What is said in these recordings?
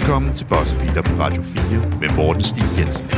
Velkommen til Buzzer Beater på Radio 4 med Morten Stig Jensen.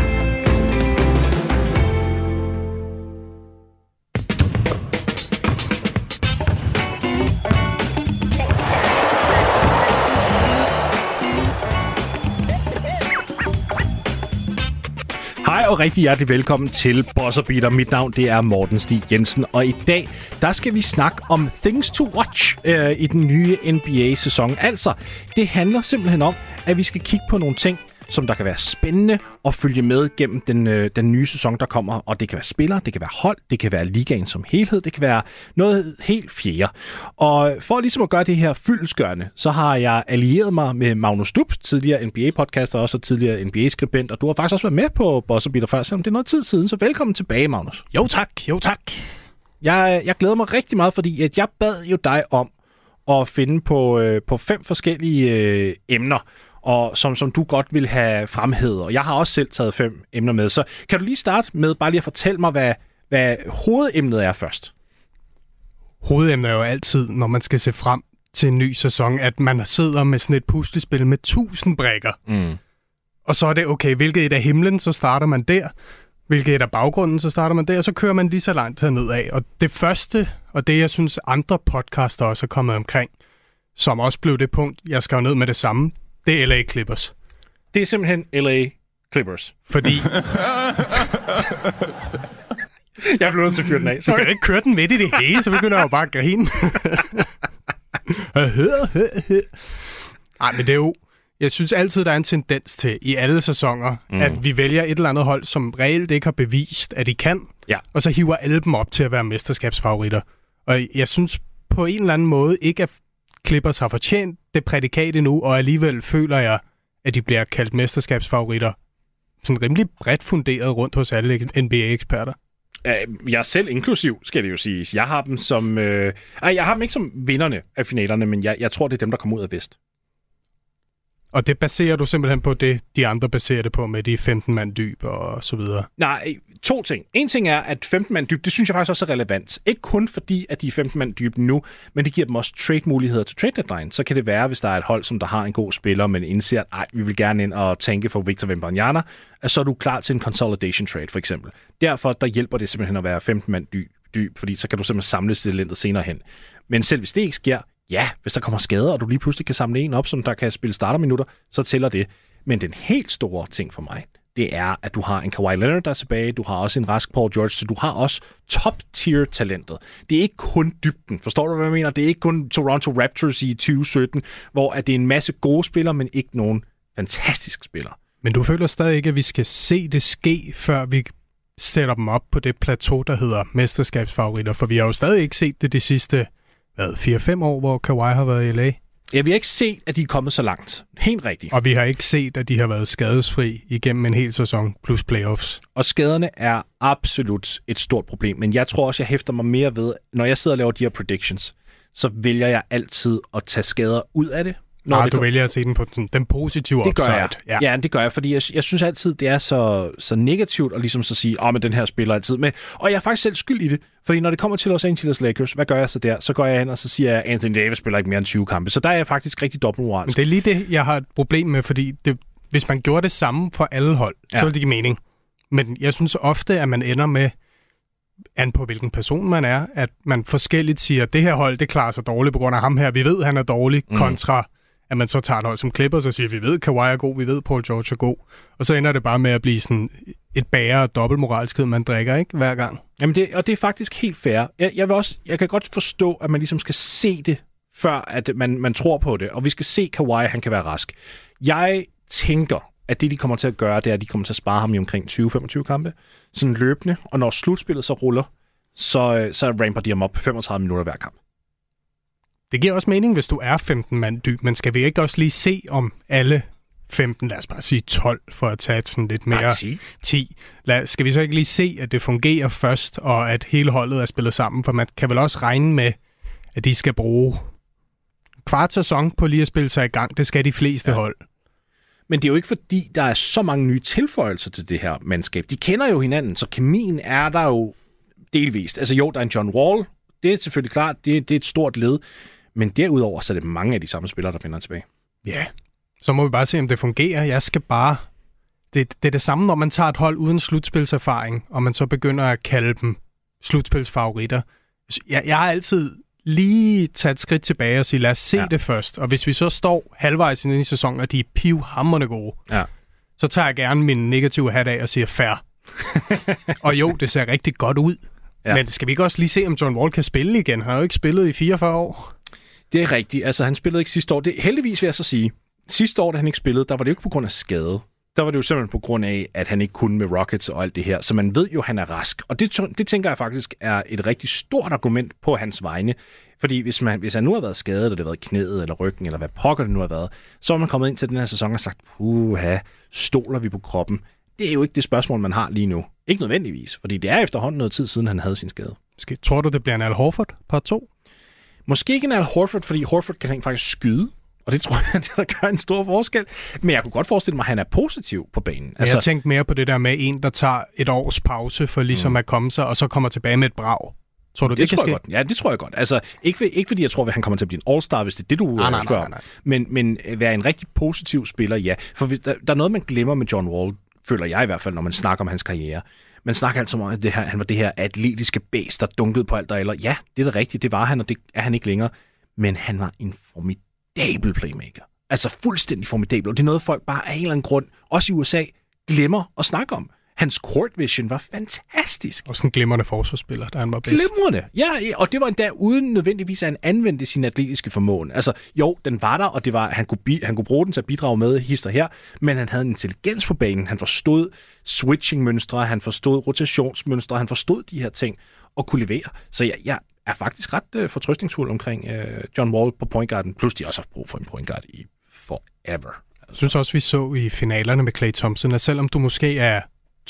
Hej og rigtig hjertelig velkommen til Buzzer Beater. Mit navn det er Morten Stig Jensen, og i dag der skal vi snakke om Things to Watch i den nye NBA-sæson. Altså, det handler simpelthen om, at vi skal kigge på nogle ting, som der kan være spændende at følge med gennem den nye sæson, der kommer. Og det kan være spillere, det kan være hold, det kan være ligaen som helhed, det kan være noget helt fjerde. Og for ligesom at gøre det her fyldestgørende, så har jeg allieret mig med Magnus Dub, tidligere NBA-podcaster og også tidligere NBA-skribent. Og du har faktisk også været med på Buzzer Beater før, selvom det er noget tid siden. Så velkommen tilbage, Magnus. Jo tak. Jeg glæder mig rigtig meget, fordi at jeg bad jo dig om at finde på 5 forskellige emner, og som du godt vil have fremhævet. Og jeg har også selv taget 5 emner med. Så kan du lige starte med bare lige at fortælle mig, hvad hovedemnet er først? Hovedemnet er jo altid, når man skal se frem til en ny sæson, at man sidder med sådan et puslespil med 1000 brikker. Mm. Og så er det okay, hvilket et af himlen, så starter man der. Hvilket et af baggrunden, så starter man der, og så kører man lige så langt herned af. Og det første, og det jeg synes andre podcaster også er kommet omkring, som også blev det punkt, jeg skrev ned med det samme, det er LA Clippers. Det er simpelthen LA Clippers. Fordi... jeg blev nødt til at fyre den af. Du kan ikke køre den midt i det hele, så begynder jeg jo bare at grine. Ej, men det er jo... Jeg synes altid, der er en tendens til i alle sæsoner, at vi vælger et eller andet hold, som reelt ikke har bevist, at de kan, og så hiver alle dem op til at være mesterskabsfavoritter. Og jeg synes på en eller anden måde ikke, at Clippers har fortjent det prædikat endnu, og alligevel føler jeg, at de bliver kaldt mesterskabsfavoritter sådan rimelig bredt funderet rundt hos alle NBA-eksperter. Jeg selv inklusiv, skal det jo siges. Jeg har dem som... jeg har dem ikke som vinderne af finalerne, men jeg tror, det er dem, der kommer ud af vest. Og det baserer du simpelthen på det, de andre baserer det på med de 15 mand dyb og så videre? Nej, 2 ting. En ting er, at 15 mand dyb, det synes jeg faktisk også er relevant. Ikke kun fordi, at de er 15 mand dyb nu, men det giver dem også trade-muligheder til trade deadline. Så kan det være, hvis der er et hold, som der har en god spiller, men indser, at vi vil gerne ind og tænke for Victor Wembanyama, så er du klar til en consolidation trade, for eksempel. Derfor der hjælper det simpelthen at være 15 mand dyb, fordi så kan du simpelthen samle talentet senere hen. Men selv hvis det ikke sker, ja, hvis der kommer skader, og du lige pludselig kan samle en op, som der kan spille starterminutter, så tæller det. Men den helt store ting for mig, det er, at du har en Kawhi Leonard, der er tilbage, du har også en rask Paul George, så du har også top-tier-talentet. Det er ikke kun dybden. Forstår du, hvad jeg mener? Det er ikke kun Toronto Raptors i 2017, hvor det er en masse gode spillere, men ikke nogen fantastiske spillere. Men du føler stadig ikke, at vi skal se det ske, før vi sætter dem op på det plateau, der hedder mesterskabsfavoritter, for vi har jo stadig ikke set det de sidste 4-5 år, hvor Kawhi har været i LA. Ja, vi har ikke set, at de er kommet så langt. Helt rigtigt. Og vi har ikke set, at de har været skadesfri igennem en hel sæson plus playoffs. Og skaderne er absolut et stort problem, men jeg tror også, jeg hæfter mig mere ved, når jeg sidder og laver de her predictions, så vælger jeg altid at tage skader ud af det. Du vælger at se den på den positive upside. Det gør jeg. Ja, det gør jeg, fordi jeg synes altid, det er så negativt at ligesom så sige, men den her spiller altid med. Og jeg er faktisk selv skyld i det, fordi når det kommer til Los Angeles Lakers, hvad gør jeg så der? Så går jeg hen og så siger jeg, Anthony Davis spiller ikke mere end 20 kampe. Så der er jeg faktisk rigtig dobbeltmoralsk. Men det er lige det, jeg har et problem med, fordi hvis man gjorde det samme for alle hold, så ville det give mening. Men jeg synes ofte, at man ender med, an på hvilken person man er, at man forskelligt siger, at det her hold, det klarer sig dårligt på grund af ham her. Vi ved, han er dårlig, kontra at man så tager et hold som Clippers og siger, vi ved, Kawhi er god, vi ved, Paul George er god. Og så ender det bare med at blive sådan et bager af dobbeltmoralskhed, man drikker, ikke? Hver gang. Jamen det er faktisk helt fair. Jeg kan godt forstå, at man ligesom skal se det, før at man tror på det. Og vi skal se Kawhi, han kan være rask. Jeg tænker, at det, de kommer til at gøre, det er, at de kommer til at spare ham i omkring 20-25 kampe. Sådan løbende. Og når slutspillet så ruller, så ramper de ham op 35 minutter hver kamp. Det giver også mening, hvis du er 15 mand dyb, men skal vi ikke også lige se om alle 15, lad os bare sige 12, for at tage sådan lidt mere 10. Skal vi så ikke lige se, at det fungerer først, og at hele holdet er spillet sammen? For man kan vel også regne med, at de skal bruge kvart sæson på lige at spille sig i gang. Det skal de fleste hold. Men det er jo ikke fordi, der er så mange nye tilføjelser til det her mandskab. De kender jo hinanden, så kemien er der jo delvist. Altså jo, der er en John Wall. Det er selvfølgelig klart, det er et stort led. Men derudover så er det mange af de samme spillere, der finder tilbage. Ja, Så må vi bare se, om det fungerer. Jeg skal bare... Det er det samme, når man tager et hold uden slutspilserfaring, og man så begynder at kalde dem slutspilsfavoritter. Jeg har altid lige taget et skridt tilbage og sige, lad os se det først. Og hvis vi så står halvvejs i den sæson, og de er pivhamrende gode, så tager jeg gerne min negative hat af og siger fair. Og jo, det ser rigtig godt ud. Ja. Men skal vi ikke også lige se, om John Wall kan spille igen? Han har jo ikke spillet i 44 år. Det er rigtigt. Altså, han spillede ikke sidste år. Heldigvis vil jeg så sige, sidste år, da han ikke spillede, der var det jo ikke på grund af skade. Der var det jo simpelthen på grund af, at han ikke kunne med Rockets og alt det her. Så man ved jo, at han er rask. Og det tænker jeg faktisk er et rigtig stort argument på hans vegne. Fordi hvis han nu har været skadet, og det har været knæet eller ryggen, eller hvad pokker det nu har været, så er man kommet ind til den her sæson og sagt, stoler vi på kroppen? Det er jo ikke det spørgsmål, man har lige nu. Ikke nødvendigvis, fordi det er efterhånden noget tid siden, han havde sin skade. Tror du, det bliver en Al Horford part 2? Måske ikke en Al Horford, fordi Horford kan rent faktisk skyde. Og det tror jeg, det der gør en stor forskel. Men jeg kunne godt forestille mig, at han er positiv på banen. Altså, jeg tænkte mere på det der med en, der tager et års pause for ligesom at komme sig, og så kommer tilbage med et brag. Tror du, det kan ske? Godt. Ja, det tror jeg godt. Altså, ikke fordi jeg tror, at han kommer til at blive en all-star, hvis det er det, du spørger om. Men være en rigtig positiv spiller, ja. For der er noget, man glemmer med John Wall, føler jeg i hvert fald, når man snakker om hans karriere. Man snakker altid om, at han var det her atletiske bæst, der dunkede på alt der eller. Ja, det er da rigtigt, det var han, og det er han ikke længere. Men han var en formidabel playmaker. Altså fuldstændig formidabel. Og det er noget, folk bare af en eller anden grund, også i USA, glemmer at snakke om. Hans court vision var fantastisk. Og sådan en glimrende forsvarsspiller, der han var bedst. Glimrende, ja, og det var endda uden nødvendigvis, at han anvendte sin atletiske formåen. Altså, jo, den var der, og det var, han kunne bruge den til at bidrage med hister her, men han havde en intelligens på banen. Han forstod switching-mønstre, han forstod rotationsmønstre, han forstod de her ting og kunne levere. Så jeg er faktisk ret fortrøstningsfuld omkring John Wall på point guarden, plus de også har brug for en point guard i forever. Jeg synes også, vi så i finalerne med Klay Thompson, at selvom du måske er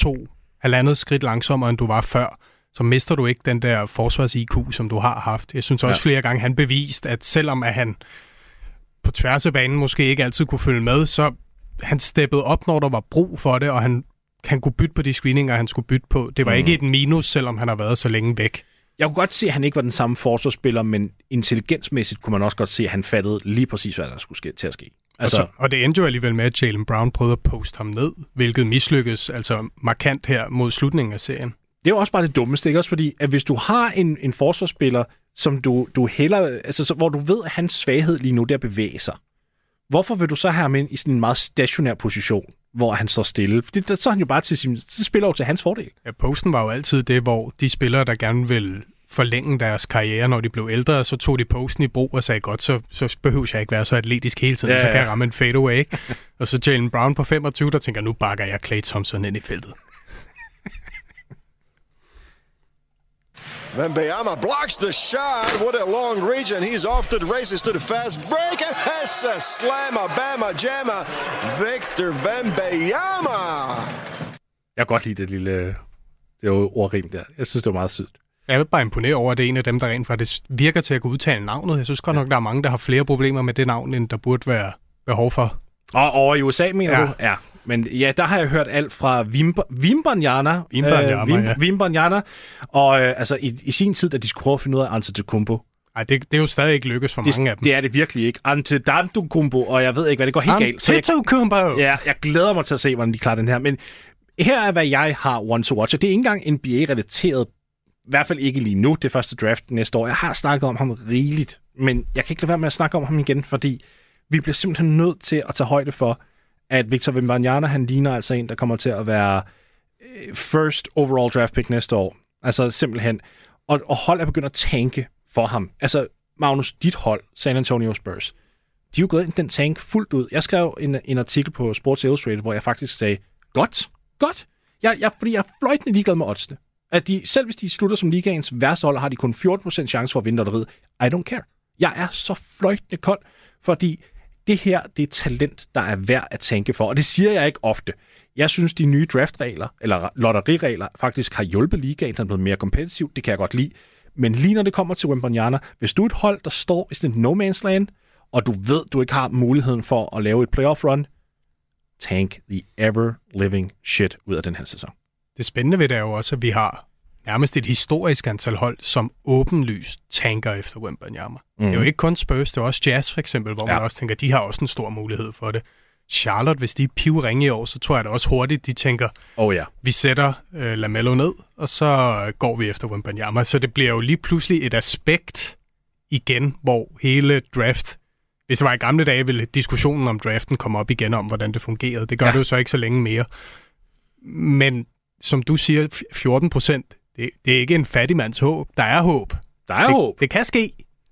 2,5 skridt langsommere, end du var før, så mister du ikke den der forsvars-IQ, som du har haft. Jeg synes også flere gange, han bevist, at selvom at han på tværs af banen måske ikke altid kunne følge med, så han steppede op, når der var brug for det, og han kunne bytte på de screeninger, han skulle bytte på. Det var ikke et minus, selvom han har været så længe væk. Jeg kunne godt se, at han ikke var den samme forsvarsspiller, men intelligensmæssigt kunne man også godt se, at han fattede lige præcis, hvad der skulle til at ske. Altså, og det endte jo alligevel med, at Jaylen Brown prøvede at poste ham ned, hvilket mislykkes altså markant her mod slutningen af serien. Det er jo også bare det dummeste, ikke? Også fordi, at hvis du har en forsvarsspiller, som du hellere, altså, hvor du ved, at hans svaghed lige nu, der bevæger sig, hvorfor vil du så have ham ind i sådan en meget stationær position, hvor han står stille? Fordi så er han jo bare så spiller jo til hans fordel. Ja, posten var jo altid det, hvor de spillere, der gerne vil forlænge deres karriere, når de blev ældre, så tog de posten i brug og sagde, godt, så behøver jeg ikke være så atletisk hele tiden, så kan jeg ramme en fadeaway, ikke? Og så Jaylen Brown på 25, der tænker, nu bakker jeg Klay Thompson ind i feltet. Wembanyama blocks the shot. What a long reach, and he's off to the races to the fast break. And has a slammer, bammer, jammer. Victor Wembanyama. Jeg kan godt lide det lille ordrim der. Jeg synes, det var meget sødt. Jeg vil bare imponere over, at det er en af dem, der rent faktisk virker til at kunne udtale navnet. Jeg synes godt nok, der er mange, der har flere problemer med det navn, end der burde være behov for. Og over i USA, mener du? Ja. Men ja, der har jeg hørt alt fra Wembanyama, og altså i sin tid, da de skulle prøve at finde ud af Antetokounmpo. Ej, det er jo stadig ikke lykkes for mange af dem. Det er det virkelig ikke. Antetokounmpo, og jeg ved ikke, hvad det går helt galt. Antetokounmpo! Ja, jeg glæder mig til at se, hvordan de klarer den her. Men her er, hvad jeg har one to watch, og det er ikke engang NBA-relateret. I hvert fald ikke lige nu, det første draft næste år. Jeg har snakket om ham rigeligt, men jeg kan ikke lade være med at snakke om ham igen, fordi vi bliver simpelthen nødt til at tage højde for, at Victor Wembanyama, han ligner altså en, der kommer til at være first overall draft pick næste år. Altså simpelthen. Og hold er begyndt at tanke for ham. Altså, Magnus, dit hold, San Antonio Spurs, de er jo gået ind i den tank fuldt ud. Jeg skrev en artikel på Sports Illustrated, hvor jeg faktisk sagde, godt. Fordi jeg er fløjtende ligeglad med oddsene. At selv hvis de slutter som ligaens værste hold, har de kun 14% chance for at vinde lotteriet. I don't care. Jeg er så fløjtende kold, fordi det her, det er talent, der er værd at tænke for. Og det siger jeg ikke ofte. Jeg synes, de nye draftregler, eller lotteriregler, faktisk har hjulpet ligaen, den er blevet mere kompetitiv. Det kan jeg godt lide. Men lige når det kommer til Wembanyama, hvis du er et hold, der står i sådan et no-man's land, og du ved, du ikke har muligheden for at lave et playoff run, tank the ever-living shit ud af den her sæson. Det spændende ved det er jo også, at vi har nærmest et historisk antal hold, som åbenlyst tanker efter Wembanyama. Det er jo ikke kun Spurs, det er også Jazz for eksempel, hvor man også tænker, de har også en stor mulighed for det. Charlotte, hvis de er pivringe i år, så tror jeg da også hurtigt, de tænker, vi sætter LaMelo ned, og så går vi efter Wembanyama. Så det bliver jo lige pludselig et aspekt igen, hvor hele draft, hvis det var i gamle dage, ville diskussionen om draften komme op igen om, hvordan det fungerede. Det gør det jo så ikke så længe mere. Men som du siger, 14%, det er ikke en fattigmands håb. Der er håb. håb. Det kan ske.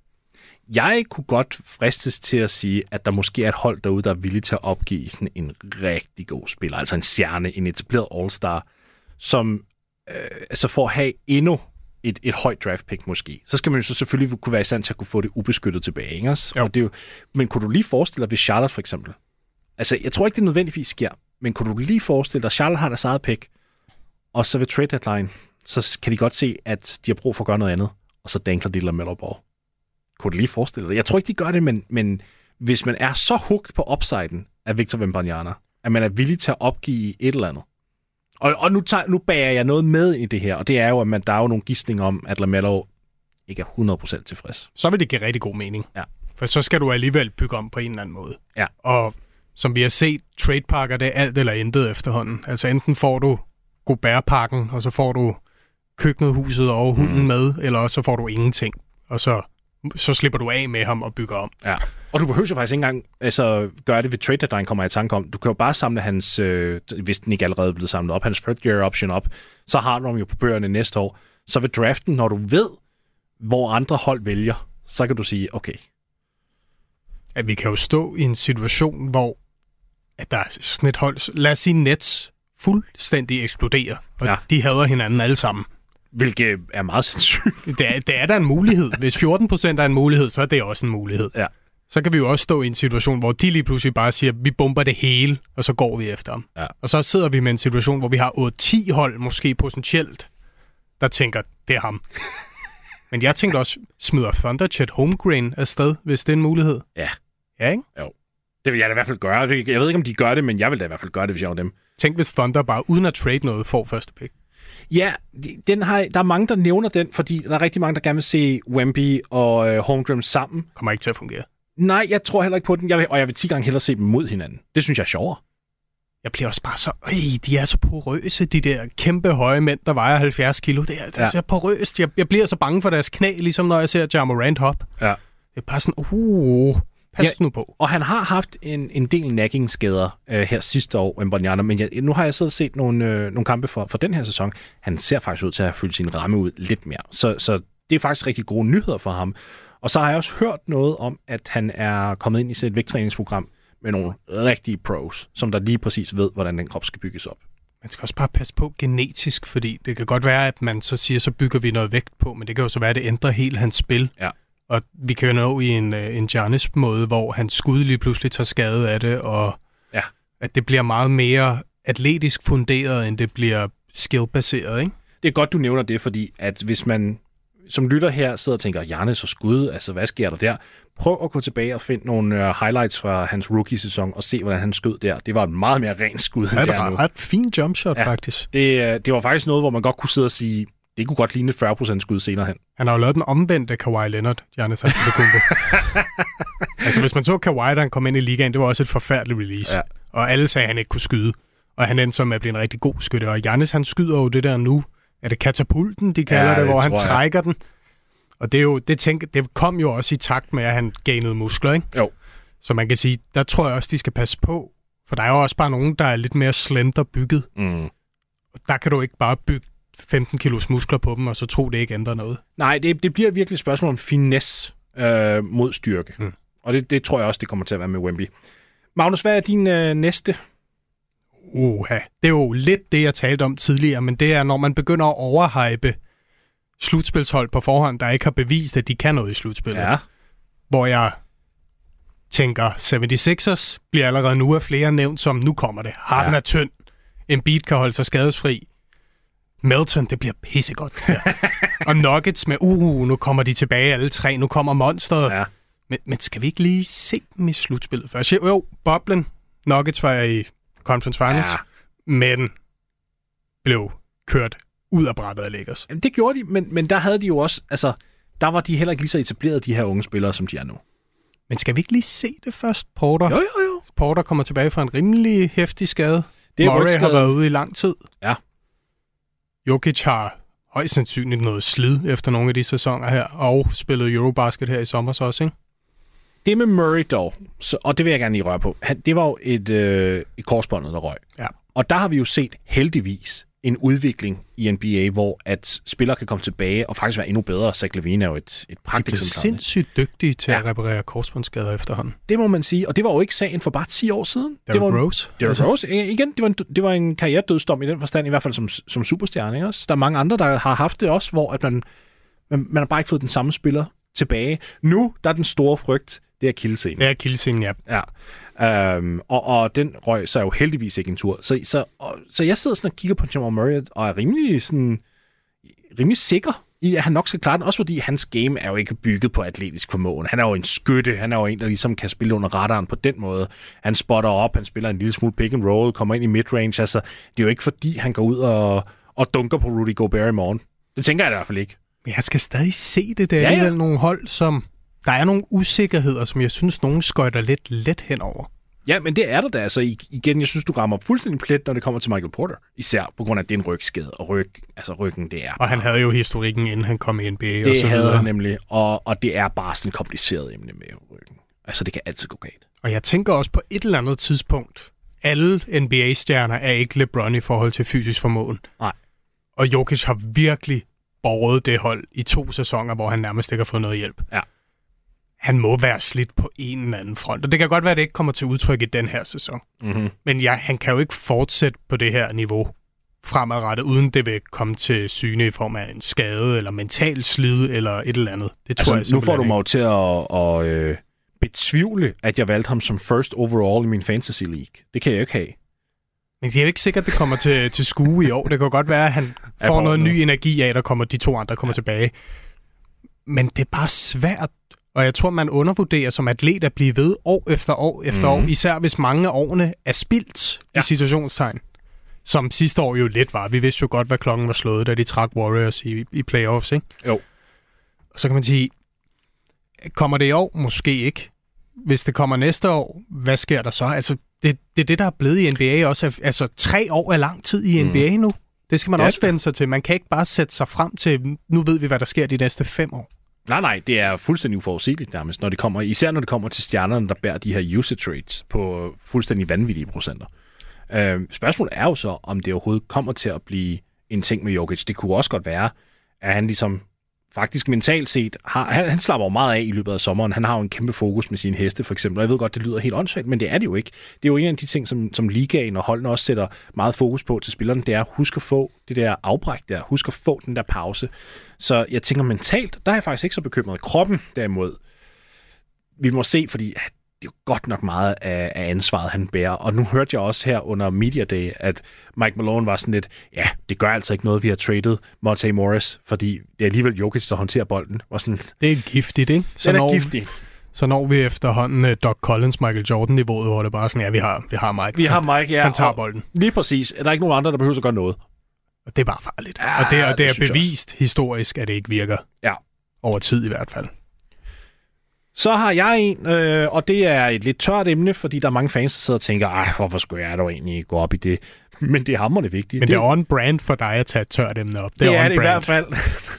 Jeg kunne godt fristes til at sige, at der måske er et hold derude, der er villig til at opgive sådan en rigtig god spiller, altså en stjerne, en etableret all-star, som altså for at have endnu et højt draft pick måske, så skal man jo så selvfølgelig kunne være i stand til at kunne få det ubeskyttet tilbage, ikke også? Og det er jo, men kunne du lige forestille dig ved Charlotte for eksempel? Altså, jeg tror ikke, det nødvendigvis sker, men kunne du lige forestille dig, at Charlotte har deres eget pick, og så ved trade deadline, så kan de godt se, at de har brug for at gøre noget andet, og så dankler de LaMelo Ball. Kunne du lige forestille dig? Jeg tror ikke, de gør det, men hvis man er så hooked på upsiden af Victor Wembanyama, at man er villig til at opgive et eller andet. Og nu bager jeg noget med i det her, og det er jo, at der er jo nogle gidsninger om, at LaMelo ikke er 100% tilfreds. Så vil det give rigtig god mening. Ja. For så skal du alligevel bygge om på en eller anden måde. Ja. Og som vi har set, tradepakker, det er alt eller intet efterhånden. Altså enten får du Gobert-pakken, og så får du køkkenet, huset og hunden med, eller også så får du ingenting. Og så slipper du af med ham og bygger om. Ja. Og du behøver jo faktisk ikke engang gøre det ved trade deadline, kommer jeg i tanke om. Du kan jo bare samle hans, hvis den ikke allerede er blevet samlet op, hans third year option op, så har du ham jo på bøgerne næste år. Så ved draften, når du ved, hvor andre hold vælger, så kan du sige, okay. At vi kan jo stå i en situation, hvor at der er sådan et hold, lad os sige Nets, fuldstændig eksploderer, og de hader hinanden alle sammen. Hvilket er meget sandsynligt. Det er der en mulighed. Hvis 14% er en mulighed, så er det også en mulighed. Ja. Så kan vi jo også stå i en situation, hvor de lige pludselig bare siger, vi bomber det hele, og så går vi efter dem. Ja. Og så sidder vi med en situation, hvor vi har 8-10 hold, måske potentielt, der tænker, det er ham. Men jeg tænkte også, smider Thunder Chet Holmgren afsted, hvis det er en mulighed? Ja. Ja, ikke? Jo. Det vil jeg da i hvert fald gøre. Jeg ved ikke, om de gør det, men jeg vil da i hvert fald gøre det, hvis jeg var dem. Tænk, hvis Thunder bare uden at trade noget får første pick. Ja, der er mange, der nævner den, fordi der er rigtig mange, der gerne vil se Wemby og Holmgren sammen. Kommer ikke til at fungere. Nej, jeg tror heller ikke på den, jeg vil 10 gange hellere se dem mod hinanden. Det synes jeg er sjovere. Jeg bliver også bare så... de er så porøse, de der kæmpe høje mænd, der vejer 70 kilo. Det er så porøst. Jeg bliver så bange for deres knæ, ligesom når jeg ser Ja Morant hop. Ja. Det er bare sådan, pas nu på. Og han har haft en del naggingskader her sidste år, Wembanyama, men nu har jeg set nogle kampe for den her sæson. Han ser faktisk ud til at have fyldt sin ramme ud lidt mere. Så det er faktisk rigtig gode nyheder for ham. Og så har jeg også hørt noget om, at han er kommet ind i sådan et vægttræningsprogram med nogle rigtige pros, som der lige præcis ved, hvordan den krop skal bygges op. Man skal også bare passe på genetisk, fordi det kan godt være, at man så siger, så bygger vi noget vægt på, men det kan jo så være, at det ændrer helt hans spil. Ja. Og vi kan jo nå i en Giannis-måde, hvor hans skud lige pludselig tager skade af det, og at det bliver meget mere atletisk funderet, end det bliver skill-baseret, ikke? Det er godt, du nævner det, fordi at hvis man som lytter her sidder og tænker, Giannis og skud, altså hvad sker der der? Prøv at gå tilbage og finde nogle highlights fra hans rookie-sæson og se, hvordan han skød der. Det var et meget mere rent skud end der nu. Det var et fint jumpshot, faktisk. Det var faktisk noget, hvor man godt kunne sidde og sige, det kunne godt ligne et 40% skud senere hen. Han har jo lavet den omvendte Kawhi Leonard, Giannis Antetokounmpo. Altså, hvis man så Kawhi, da han kom ind i ligaen, det var også et forfærdeligt release. Ja. Og alle sagde, at han ikke kunne skyde. Og han endte så med at blive en rigtig god skytte. Og Giannis, han skyder jo det der nu. Er det katapulten, de kalder det, hvor han trækker den? Og det er jo, det kom jo også i takt med, at han gainede muskler, ikke? Jo. Så man kan sige, der tror jeg også, de skal passe på. For der er jo også bare nogen, der er lidt mere slender bygget. Mm. Og der kan du ikke bare bygge 15 kilos muskler på dem, og så tro, det ikke ændrer noget. Nej, det bliver virkelig et spørgsmål om finesse mod styrke. Mm. Og det tror jeg også, det kommer til at være med Wemby. Magnus, hvad er din næste? Det er jo lidt det, jeg talte om tidligere, men det er, når man begynder at overhype slutspilshold på forhånd, der ikke har bevist, at de kan noget i slutspillet. Ja. Hvor jeg tænker, 76ers bliver allerede nu af flere nævnt som, nu kommer det. Harden er tynd. Embiid kan holde sig skadesfri. Melton, det bliver pissegodt. Og Nuggets med, nu kommer de tilbage alle tre. Nu kommer monsteret. Ja. Men skal vi ikke lige se dem i slutspillet først? Jo, boblen. Nuggets var i Conference Finals, men blev kørt ud af brættet af Lakers. Det gjorde de, men der havde de jo også, altså, der var de heller ikke lige så etableret, de her unge spillere, som de er nu. Men skal vi ikke lige se det først, Porter? Jo. Porter kommer tilbage fra en rimelig heftig skade. Det er Murray har været ude i lang tid. Ja. Jokic har højst sandsynligt noget slid efter nogle af de sæsoner her, og spillet Eurobasket her i sommer også, ikke? Det med Murray dog, og det vil jeg gerne lige røre på, det var jo et korsbåndet, der røg. Ja. Og der har vi jo set heldigvis en udvikling i NBA, hvor at spillere kan komme tilbage og faktisk være endnu bedre. Zach LaVine er jo et pragteksemplar. De er sindssygt dygtige til at reparere korsbåndsskader efterhånden. Det må man sige, og det var jo ikke sagen for bare 10 år siden. Derrick Rose. Igen, det var en karrieredødsdom i den forstand, i hvert fald som superstjerne. Ikke? Der er mange andre, der har haft det også, hvor at man har bare ikke fået den samme spiller tilbage. Nu, der er den store frygt, det er akillessenen. Det er akillessenen, ja. Og den røg så jo heldigvis ikke en tur. Så jeg sidder sådan og kigger på Jamal Murray, og er rimelig sikker i, at han nok skal klare den. Også fordi hans game er jo ikke bygget på atletisk formåen. Han er jo en skytte. Han er jo en, der ligesom kan spille under radaren på den måde. Han spotter op, han spiller en lille smule pick and roll, kommer ind i midrange. Altså, det er jo ikke fordi, han går ud og dunker på Rudy Gobert i morgen. Det tænker jeg i hvert fald ikke. Men jeg skal stadig se det. Der er alligevel nogle hold, som... Der er nogle usikkerheder, som jeg synes, nogen skøjter lidt let henover. Ja, men det er der da. Altså igen, jeg synes, du rammer fuldstændig plet, når det kommer til Michael Porter. Især på grund af den rygskade. Og ryggen, det er... Og han havde jo historikken, inden han kom i NBA det og så videre. Det havde han nemlig. Og det er bare sådan et kompliceret emne med ryggen. Altså, det kan altid gå galt. Og jeg tænker også på et eller andet tidspunkt, alle NBA-stjerner er ikke LeBron i forhold til fysisk formåen. Nej. Og Jokic har virkelig båret det hold i 2 sæsoner, hvor han nærmest ikke har fået noget hjælp. Ja. Han må være slidt på en eller anden front. Og det kan godt være, at det ikke kommer til udtryk i den her sæson. Mm-hmm. Men han kan jo ikke fortsætte på det her niveau fremadrettet, uden det vil komme til syne i form af en skade, eller mental slid, eller et eller andet. Det tror jeg nu får du mig til at betvivle, at jeg valgte ham som first overall i min fantasy league. Det kan jeg ikke have. Men det er jo ikke sikkert, at det kommer til skue i år. Det kan godt være, at han får noget ny energi af, der de 2 andre kommer tilbage. Men det er bare svært. Og jeg tror, man undervurderer som atlet at blive ved år efter år efter år, især hvis mange af årene er spildt i situationstegn, som sidste år jo lidt var. Vi vidste jo godt, hvad klokken var slået, da de trak Warriors i playoffs, ikke? Jo. Og så kan man sige, kommer det i år? Måske ikke. Hvis det kommer næste år, hvad sker der så? Altså, det er det, der er blevet i NBA også. Altså, 3 år er lang tid i NBA nu. Det skal man også vende sig til. Man kan ikke bare sætte sig frem til, nu ved vi, hvad der sker de næste 5 år. Nej, det er fuldstændig uforudsigeligt nærmest, især når det kommer til stjernerne, der bærer de her usage rates på fuldstændig vanvittige procenter. Spørgsmålet er jo så, om det overhovedet kommer til at blive en ting med Jokic. Det kunne også godt være, at han ligesom faktisk mentalt set han slapper jo meget af i løbet af sommeren. Han har jo en kæmpe fokus med sine heste, for eksempel. Og jeg ved godt, det lyder helt åndssvagt, men det er det jo ikke. Det er jo en af de ting, som ligaen og holdene også sætter meget fokus på til spillerne. Det er at huske at få det der afbræk der. Husk at få den der pause. Så jeg tænker mentalt, der er jeg faktisk ikke så bekymret. Kroppen derimod, vi må se, fordi det er jo godt nok meget af ansvaret, han bærer. Og nu hørte jeg også her under Media Day, at Mike Malone var sådan lidt, ja, det gør altså ikke noget, vi har traded Monte Morris, fordi det er alligevel Jokic, der håndterer bolden. Var sådan, det er giftigt, ikke? Den er giftig. Så når vi efterhånden Doc Collins, Michael Jordan-niveauet, hvor det bare sådan, ja, vi har Mike. Vi har Mike, ja. Han tager bolden. Lige præcis. Er der ikke nogen andre, der behøver at gøre noget? Og det er bare farligt. Ja, og det er bevist historisk, at det ikke virker. Ja. Over tid i hvert fald. Så har jeg en, og det er et lidt tørt emne, fordi der er mange fans, der sidder og tænker, hvorfor skulle jeg dog egentlig gå op i det? Men det er hamrende vigtigt. Men det er on-brand for dig at tage et tørt emne op. Det er det i hvert fald.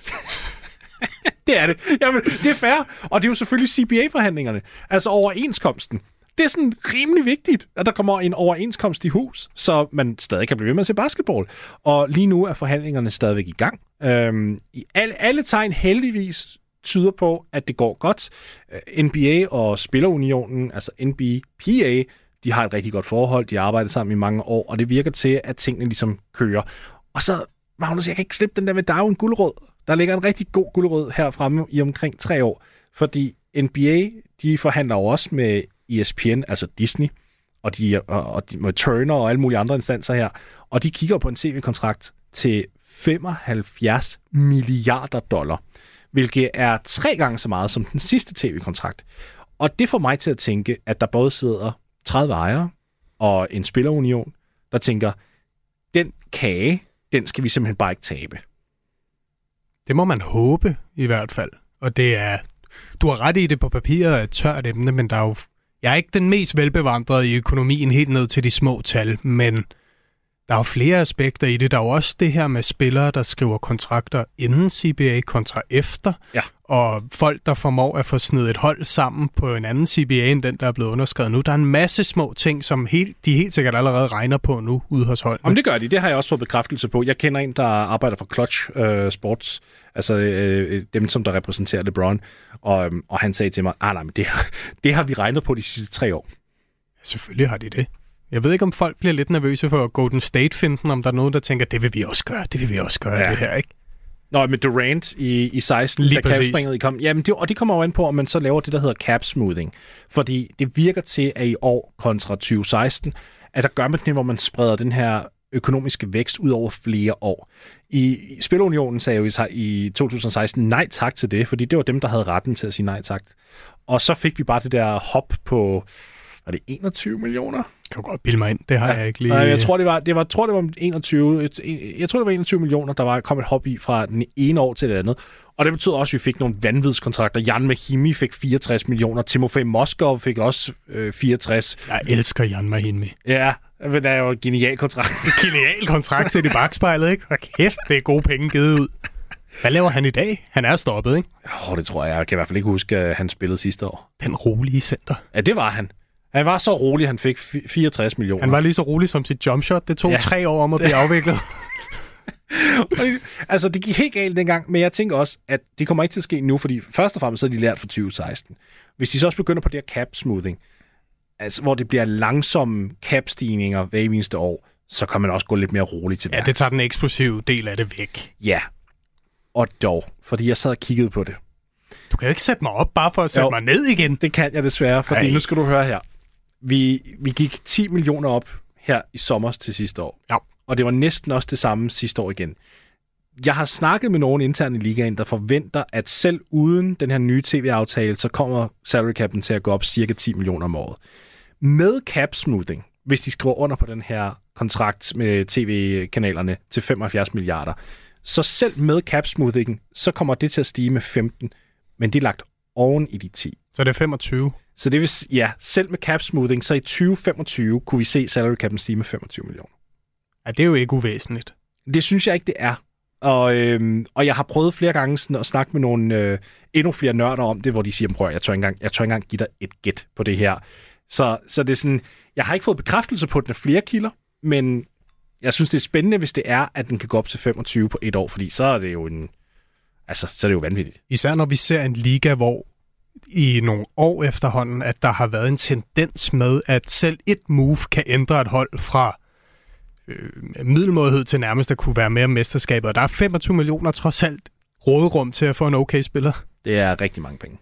Det er det. Jamen, det er fair. Og det er jo selvfølgelig CBA-forhandlingerne. Altså overenskomsten. Det er sådan rimelig vigtigt, at der kommer en overenskomst i hus, så man stadig kan blive ved med at se basketball. Og lige nu er forhandlingerne stadigvæk i gang. Alle tegn heldigvis tyder på, at det går godt. NBA og Spillerunionen, altså NBPA, de har et rigtig godt forhold. De har arbejdet sammen i mange år, og det virker til, at tingene ligesom kører. Og så, Magnus, jeg kan ikke slippe den der med, der er jo en gulerod. Der ligger en rigtig god gulerod her fremme i omkring 3 år, fordi NBA, de forhandler jo også med ESPN, altså Disney, og de med Turner og alle mulige andre instanser her, og de kigger på en tv-kontrakt til $75 milliarder, hvilket er 3 gange så meget som den sidste tv-kontrakt. Og det får mig til at tænke, at der både sidder 30 ejere og en spillerunion, der tænker, den kage, den skal vi simpelthen bare ikke tabe. Det må man håbe, i hvert fald. Og det er... Du har ret i det på papiret, et tørt emne, men der er jo... Jeg er ikke den mest velbevandrede i økonomien helt ned til de små tal, men der er jo flere aspekter i det. Der er jo også det her med spillere, der skriver kontrakter inden CBA kontra efter, og folk, der formår at få snedet et hold sammen på en anden CBA end den, der er blevet underskrevet nu. Der er en masse små ting, som de helt sikkert allerede regner på nu ude hos holdene. Om det gør de. Det har jeg også fået bekræftelse på. Jeg kender en, der arbejder for Clutch Sports, altså dem, som der repræsenterer LeBron, og han sagde til mig, nej, men det har vi regnet på de sidste 3 år. Selvfølgelig har de det. Jeg ved ikke, om folk bliver lidt nervøse for Golden State-finden, om der er nogen, der tænker, det vil vi også gøre, det her, ikke? Nå, med Durant i 16, lige da cap-springet kom. Jamen, og det kommer jo an på, om man så laver det, der hedder cap-smoothing. Fordi det virker til, at i år kontra 2016, at der gør man det, hvor man spreder den her økonomiske vækst ud over flere år. I Spilunionen sagde jo i 2016 nej tak til det, fordi det var dem, der havde retten til at sige nej tak. Og så fik vi bare det der hop på, var det 21 millioner? Kan du godt bilde mig ind, det har jeg ikke lige... Jeg tror, det var 21, jeg tror, det var 21 millioner, der kom et hop i fra den ene år til det andet. Og det betød også, at vi fik nogle vanvidskontrakter. Jan Mahimi fik 64 millioner, Timofey Moskov fik også 64. Jeg elsker Jan Mahimi. Ja, men det er jo en genial kontrakt. Genial kontrakt set i bagspejlet, ikke? Hvor kæft, det er gode penge givet ud. Hvad laver han i dag? Han er stoppet, ikke? Det tror jeg. Jeg kan i hvert fald ikke huske, at han spillede sidste år. Den rolige center. Ja, det var han. Han var så rolig, han fik 64 millioner. Han var lige så rolig som sit jumpshot. Det tog 3 år om at blive afviklet. Altså, det gik helt galt dengang, men jeg tænker også, at det kommer ikke til at ske nu, fordi først og fremmest så har de lært fra 2016. Hvis de så også begynder på det her cap-smoothing, altså, hvor det bliver langsomme cap-stigninger hver eneste år, så kan man også gå lidt mere roligt til værks. Ja, det tager den eksplosive del af det væk. Ja, og dog, fordi jeg sad og kiggede på det. Du kan jo ikke sætte mig op bare for at sætte mig ned igen. Det kan jeg desværre, fordi nu skal du høre her. Vi gik 10 millioner op her i sommer til sidste år. Ja. Og det var næsten også det samme sidste år igen. Jeg har snakket med nogen internt i ligaen, der forventer, at selv uden den her nye tv-aftale, så kommer salary cap'en til at gå op cirka 10 millioner om året. Med cap smoothing, hvis de skriver under på den her kontrakt med tv-kanalerne til 75 milliarder, så selv med cap smoothing, så kommer det til at stige med 15, men det er lagt oven i de 10. Så det er 25? Så det vil selv med cap smoothing, så i 2025 kunne vi se salary cap'en stige med 25 millioner. Ja, det er jo ikke uvæsentligt. Det synes jeg ikke, det er. Og jeg har prøvet flere gange sådan at snakke med nogle endnu flere nørder om det, hvor de siger, prøv, jeg tør ikke engang give dig et gæt på det her. Så det er sådan, jeg har ikke fået bekræftelse på den af flere kilder, men jeg synes, det er spændende, hvis det er, at den kan gå op til 25 på et år, fordi så er det jo så er det jo vanvittigt. Især når vi ser en liga, hvor i nogle år efterhånden, at der har været en tendens med, at selv et move kan ændre et hold fra middelmådighed til nærmest at kunne være mere mesterskabet. Og der er 25 millioner trods alt råderum til at få en okay spiller. Det er rigtig mange penge.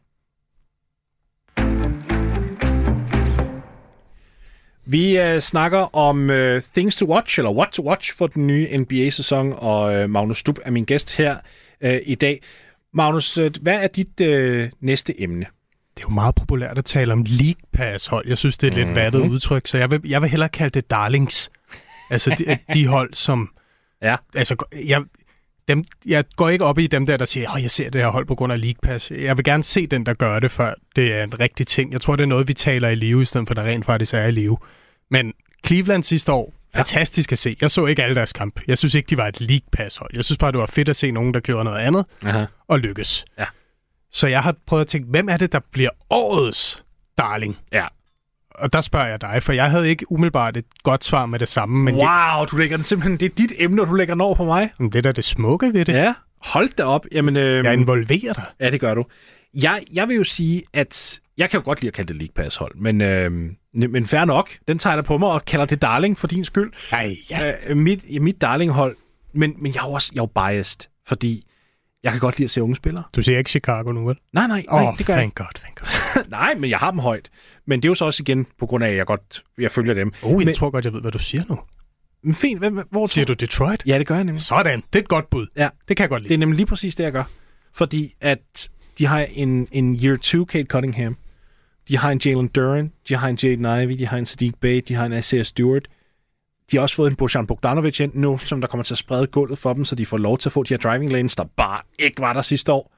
Vi snakker om Things to Watch, eller What to Watch for den nye NBA-sæson, og Magnus Stub er min gæst her i dag. Magnus, hvad er dit næste emne? Det er jo meget populært at tale om League Pass-hold. Jeg synes, det er lidt vattet udtryk, så jeg vil hellere kalde det darlings. Altså de hold, som... Ja. Altså, jeg går ikke op i dem der siger, jeg ser det her hold på grund af League Pass. Jeg vil gerne se den, der gør det, før det er en rigtig ting. Jeg tror, det er noget, vi taler i live, i stedet for der rent faktisk er i live. Men Cleveland sidste år, fantastisk at se. Jeg så ikke alle deres kamp. Jeg synes ikke, de var et League Pass-hold. Jeg synes bare, det var fedt at se nogen, der gjorde noget andet og lykkes. Ja. Så jeg har prøvet at tænke, hvem er det, der bliver årets darling? Ja. Og der spørger jeg dig, for jeg havde ikke umiddelbart et godt svar med det samme. Men du lægger den simpelthen, det er dit emne, og du lægger den over på mig. Men det er da det smukke ved det. Ja, hold da op. Jamen, jeg involverer dig. Ja, det gør du. Jeg vil jo sige, at jeg kan jo godt lide at kalde det League Pass-hold, men fair nok. Den tager jeg på mig og kalder det darling for din skyld. Mit darlinghold, men jeg er jo biased, fordi jeg kan godt lide at se unge spillere. Du ser ikke Chicago nu, vel? Nej, det gør jeg ikke. Thank God. Nej, men jeg har dem højt. Men det er jo så også igen på grund af, at jeg følger dem. Jeg tror godt, jeg ved, hvad du siger nu. Men fint. Hvor siger du Detroit? Ja, det gør jeg nemlig. Sådan. Det er et godt bud. Ja. Det kan jeg godt lide. Det er nemlig lige præcis det, jeg gør. Fordi at de har en year 2 Cade Cunningham. De har en Jalen Duren. De har en Jaden Ivey. De har en Sadiq Bey. De har en Isaiah Stewart. De har også fået en Bojan Bogdanovic ind nu, som der kommer til at sprede gulvet for dem, så de får lov til at få de her driving lanes, der bare ikke var der sidste år.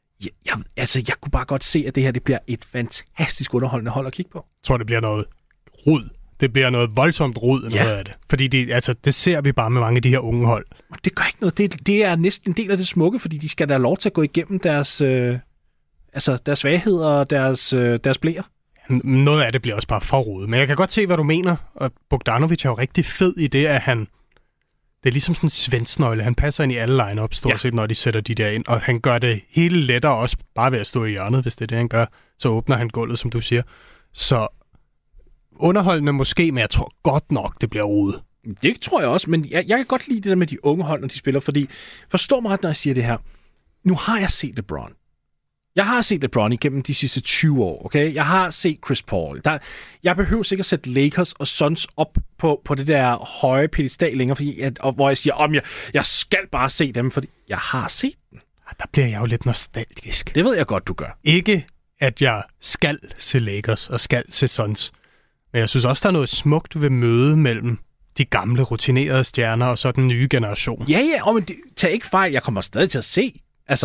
Jeg kunne bare godt se, at det her det bliver et fantastisk underholdende hold at kigge på. Jeg tror, det bliver noget rod. Det bliver noget voldsomt rod noget af det. Fordi det ser vi bare med mange af de her unge hold. Det gør ikke noget. Det er næsten en del af det smukke, fordi de skal da have lov til at gå igennem deres svagheder og deres blæer. Noget af det bliver også bare for rodet. Men jeg kan godt se, hvad du mener. Og Bogdanovic er jo rigtig fed i det, at han... Det er ligesom sådan en svendsnøgle. Han passer ind i alle line-up, stort set, når de sætter de der ind. Og han gør det hele lettere også, bare ved at stå i hjørnet, hvis det er det, han gør. Så åbner han gulvet, som du siger. Så underholdende måske, men jeg tror godt nok, det bliver rodet. Det tror jeg også, men jeg kan godt lide det der med de unge hold, når de spiller, fordi forstår mig ret, når jeg siger det her. Nu har jeg set LeBron. Jeg har set LeBron igennem de sidste 20 år, okay? Jeg har set Chris Paul. Jeg behøver sikkert sætte Lakers og Suns op på det der høje pedestal længere, hvor jeg siger, jeg skal bare se dem, fordi jeg har set dem. Der bliver jeg jo lidt nostalgisk. Det ved jeg godt, du gør. Ikke, at jeg skal se Lakers og skal se Suns, men jeg synes også, der er noget smukt ved mødet mellem de gamle, rutinerede stjerner og så den nye generation. Ja, men tag ikke fejl. Jeg kommer stadig til at se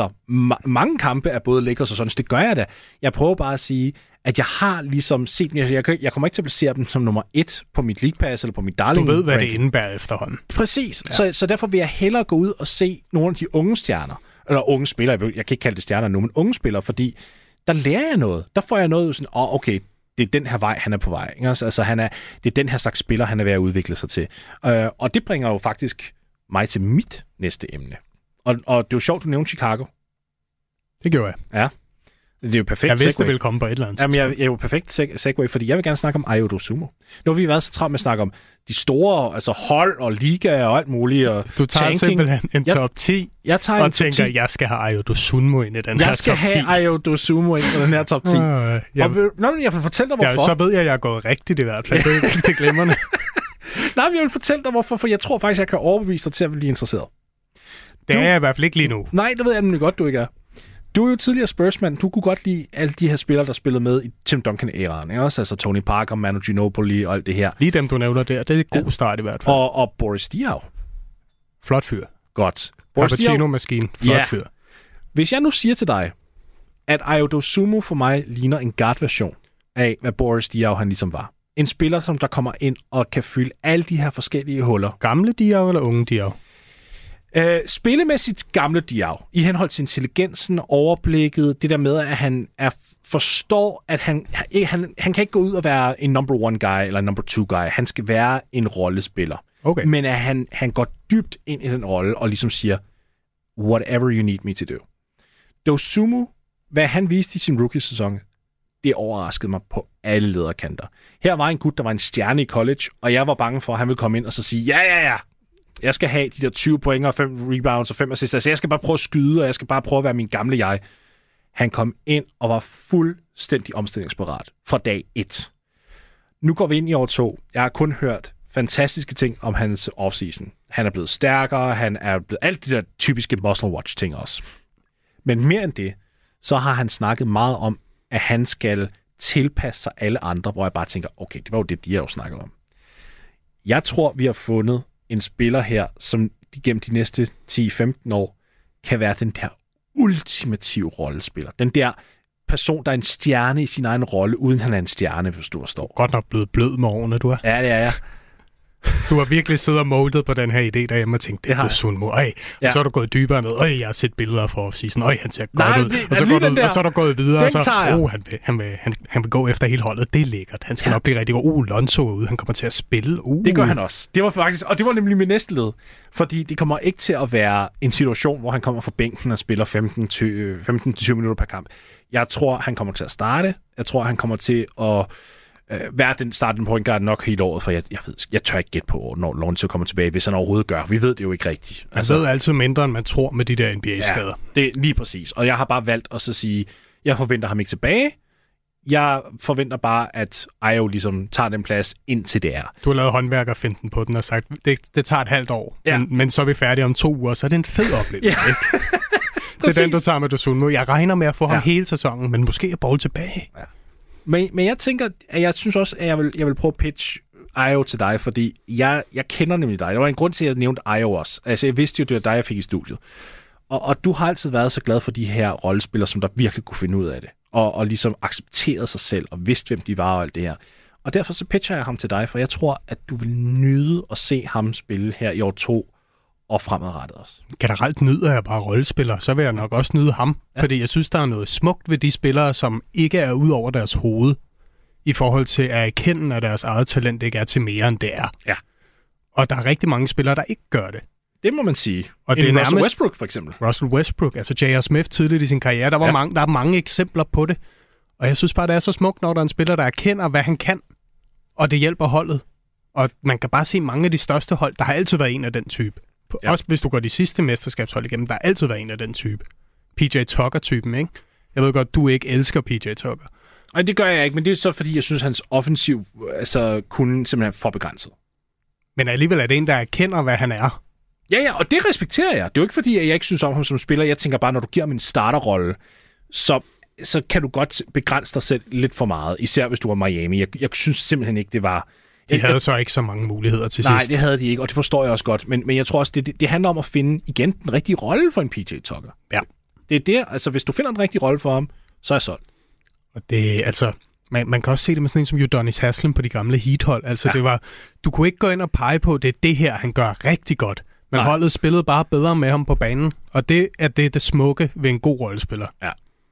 mange kampe af både Lakers og Suns. Det gør jeg da. Jeg prøver bare at sige, at jeg har ligesom set dem. Jeg kommer ikke til at placere dem som nummer 1 på mit League Pass eller på mit Darling. Du ved, hvad det indebærer efterhånden. Præcis. Ja. Så derfor vil jeg hellere gå ud og se nogle af de unge stjerner. Eller unge spillere. Jeg kan ikke kalde det stjerner nu, men unge spillere, fordi der lærer jeg noget. Der får jeg noget sådan, okay, det er den her vej, han er på vej. Ikke? Altså, det er den her slags spiller, han er ved at udvikle sig til. Og det bringer jo faktisk mig til mit næste emne. Og det er jo sjovt, du nævnte Chicago. Det gjorde jeg. Ja. Det er jo perfekt. Jeg vidste, det ville komme på et eller andet. Jamen, jeg er jo perfekt segway, fordi jeg vil gerne snakke om Ayo Dosunmu. Nu har vi været så travlt med at snakke om de store, altså hold og liga og alt muligt. Og du tager tanking. Simpelthen en top 10 og tænker, jeg skal have Ayo Dosunmu ind i den her top 10. Jeg skal have Ayo Dosunmu ind i den her top 10. Jeg vil fortælle dig, hvorfor. Ja, så ved jeg er gået rigtigt i hvert fald. Det er glimrende. Nej, men jeg vil fortælle dig, hvorfor, for jeg tror faktisk, jeg kan overbevise dig til at blive interesseret. Det er jeg i hvert fald ikke lige nu. Nej, det ved jeg nemlig godt, du ikke er. Du er jo tidligere Spurs-mand. Du kunne godt lide alle de her spillere, der spillede med i Tim Duncan-æraen. Ikke også? Altså Tony Parker, Manu Ginobili og alt det her. Lige dem, du nævner der. Det er en god start i hvert fald. Og Boris Diaw. Flot fyr. Godt. Cappuccino-maskine. Flot fyr. Hvis jeg nu siger til dig, at Ayo Dosunmu for mig ligner en guard-version af, hvad Boris Diaw han ligesom var. En spiller, som der kommer ind og kan fylde alle de her forskellige huller. Gamle Diaw eller unge Diaw? Spillemæssigt gamle Diaw, i henhold til intelligensen, overblikket, det der med, at han forstår, at han kan ikke gå ud og være en number 1 guy eller en number 2 guy. Han skal være en rollespiller. Okay. Men at han går dybt ind i den rolle og ligesom siger, whatever you need me to do. Dosunmu, hvad han viste i sin rookie-sæson, det overraskede mig på alle lederkanter. Her var en gut, der var en stjerne i college, og jeg var bange for, at han ville komme ind og så sige, ja. Jeg skal have de der 20 point og 5 rebounds og 5 assists. Altså, jeg skal bare prøve at skyde, og jeg skal bare prøve at være min gamle jeg. Han kom ind og var fuldstændig omstillingsparat fra dag 1. Nu går vi ind i år 2. Jeg har kun hørt fantastiske ting om hans offseason. Han er blevet stærkere, han er blevet alt de der typiske muscle watch ting også. Men mere end det, så har han snakket meget om, at han skal tilpasse sig alle andre, hvor jeg bare tænker, okay, det var jo det, de har jo snakket om. Jeg tror, vi har fundet en spiller her, som gennem de næste 10-15 år kan være den der ultimative rollespiller. Den der person, der er en stjerne i sin egen rolle, uden han er en stjerne, hvis du forstår. Godt nok blevet blød med årene, du er. Ja, det er jeg. Du har virkelig siddet og moldet på den her idé derhjemme og tænkt, det er Dosunmu. Og så er du gået dybere ned. Jeg har set billeder for off-season. Han ser godt ud. Og så er du gået videre. Og så, han vil gå efter hele holdet. Det er lækkert. Han skal nok blive rigtig god. Lonzo ud. Han kommer til at spille. Det gør han også. Det var faktisk, og det var nemlig min næste led. Fordi det kommer ikke til at være en situation, hvor han kommer fra bænken og spiller 15-20 minutter per kamp. Jeg tror, han kommer til at starte. Jeg tror, han kommer til at være den startende point guard nok helt året, for jeg tør ikke gætte på, når Lonzo kommer tilbage, hvis han overhovedet gør. Vi ved det jo ikke rigtigt. Man ved altid mindre, end man tror med de der NBA-skader. Ja, det er lige præcis. Og jeg har bare valgt at så sige, jeg forventer ham ikke tilbage. Jeg forventer bare, at Ayo ligesom tager den plads indtil det er. Du har lavet håndværkerfinten på den og sagt, det tager et halvt år, men så er vi færdige om 2 uger, så er det en fed oplevelse. Ja. Det er den, du tager med Dosunmu. Jeg regner med at få ham hele sæsonen, men måske er Ball tilbage. Ja. Men jeg tænker, at jeg synes også, at jeg vil prøve at pitch Io til dig, fordi jeg kender nemlig dig. Der var en grund til, at jeg nævnte Io også. Altså, jeg vidste jo, det var dig, jeg fik i studiet. Og du har altid været så glad for de her rollespillere, som der virkelig kunne finde ud af det. Og ligesom accepterede sig selv, og vidste, hvem de var og alt det her. Og derfor så pitcher jeg ham til dig, for jeg tror, at du vil nyde at se ham spille her i år 2 og fremadrettet også. Generelt nyder jeg bare rollespillere, så vil jeg nok også nyde ham. Ja. Fordi jeg synes, der er noget smukt ved de spillere, som ikke er ud over deres hoved, i forhold til at erkende, at deres eget talent ikke er til mere, end det er. Ja. Og der er rigtig mange spillere, der ikke gør det. Det må man sige. Og det er Russell Westbrook, for eksempel. Russell Westbrook, altså J.R. Smith tidligt i sin karriere, der er mange eksempler på det. Og jeg synes bare, det er så smukt, når der er en spiller, der erkender, hvad han kan, og det hjælper holdet. Og man kan bare se mange af de største hold, der har altid været en af den type. Ja. Også hvis du går de sidste mesterskabshold igennem, der har altid været en af den type. PJ Tucker-typen, ikke? Jeg ved godt, du ikke elsker PJ Tucker. Nej, det gør jeg ikke, men det er så, fordi jeg synes, hans offensiv kunne simpelthen for begrænset. Men alligevel er det en, der erkender, hvad han er. Ja, og det respekterer jeg. Det er jo ikke, fordi jeg ikke synes om ham som spiller. Jeg tænker bare, når du giver ham en starterrolle, så kan du godt begrænse dig selv lidt for meget. Især hvis du var Miami. Jeg synes simpelthen ikke, det var... De havde så ikke så mange muligheder til sidst. Nej, det havde de ikke, og det forstår jeg også godt. Men jeg tror også, det handler om at finde igen den rigtige rolle for en PJ Tucker. Ja. Det er der, altså hvis du finder den rigtige rolle for ham, så er jeg solgt. Og det, altså, man kan også se det med sådan en som Udonis Haslem på de gamle Heat-hold. Altså det var, du kunne ikke gå ind og pege på, det er det her, han gør rigtig godt. Men holdet spillede bare bedre med ham på banen, og det er det smukke ved en god rollespiller. Ja.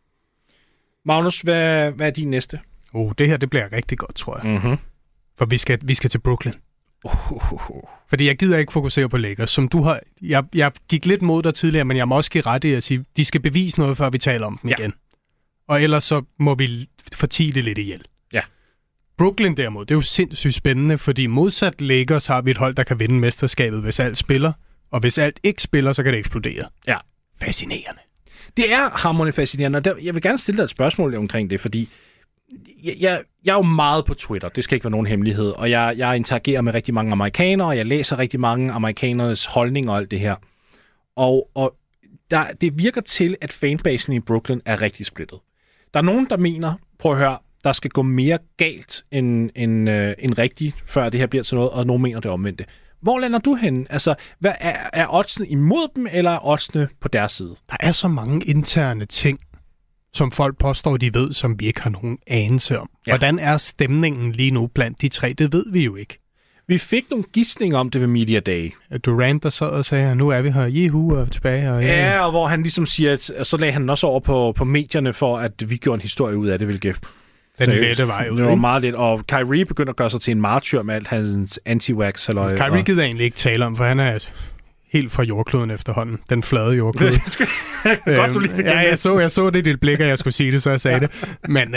Magnus, hvad er din næste? Det her, det bliver rigtig godt, tror jeg. Mm-hmm. For vi skal til Brooklyn. Fordi jeg gider ikke fokusere på Lakers. Som du har, jeg gik lidt mod dig tidligere, men jeg må også give ret i at sige, de skal bevise noget, før vi taler om dem igen. Og ellers så må vi fortie det lidt ihjel. Ja. Brooklyn derimod, det er jo sindssygt spændende, fordi modsat Lakers har vi et hold, der kan vinde mesterskabet, hvis alt spiller. Og hvis alt ikke spiller, så kan det eksplodere. Ja. Fascinerende. Det er hamrende fascinerende, og jeg vil gerne stille dig et spørgsmål omkring det, fordi jeg er jo meget på Twitter, det skal ikke være nogen hemmelighed, og jeg interagerer med rigtig mange amerikanere, og jeg læser rigtig mange amerikanernes holdninger og alt det her. Og det virker til, at fanbasen i Brooklyn er rigtig splittet. Der er nogen, der mener, prøv at høre, der skal gå mere galt end rigtigt, før det her bliver til noget, og nogen mener det omvendte. Hvor lander du henne? Altså, hvad er oddsene imod dem, eller er oddsene på deres side? Der er så mange interne ting, som folk påstår, de ved, som vi ikke har nogen anelse om. Ja. Hvordan er stemningen lige nu blandt de tre? Det ved vi jo ikke. Vi fik nogle gisninger om det ved Media Day. Durant, der sad og sagde, nu er vi her, jehu, og tilbage. Og ja, og hvor han ligesom siger, at så lagde han også over på medierne for, at vi gjorde en historie ud af det, hvilket... Den lette vej ud, det var meget lidt, og Kyrie begynder at gøre sig til en martyr med alt hans anti-wax. Kyrie gider egentlig ikke tale om, for han er helt fra jordkloden efterhånden. Den flade jordklode. Godt, du lige fik jeg så det i dit blik, at jeg skulle sige det, så jeg sagde det. Men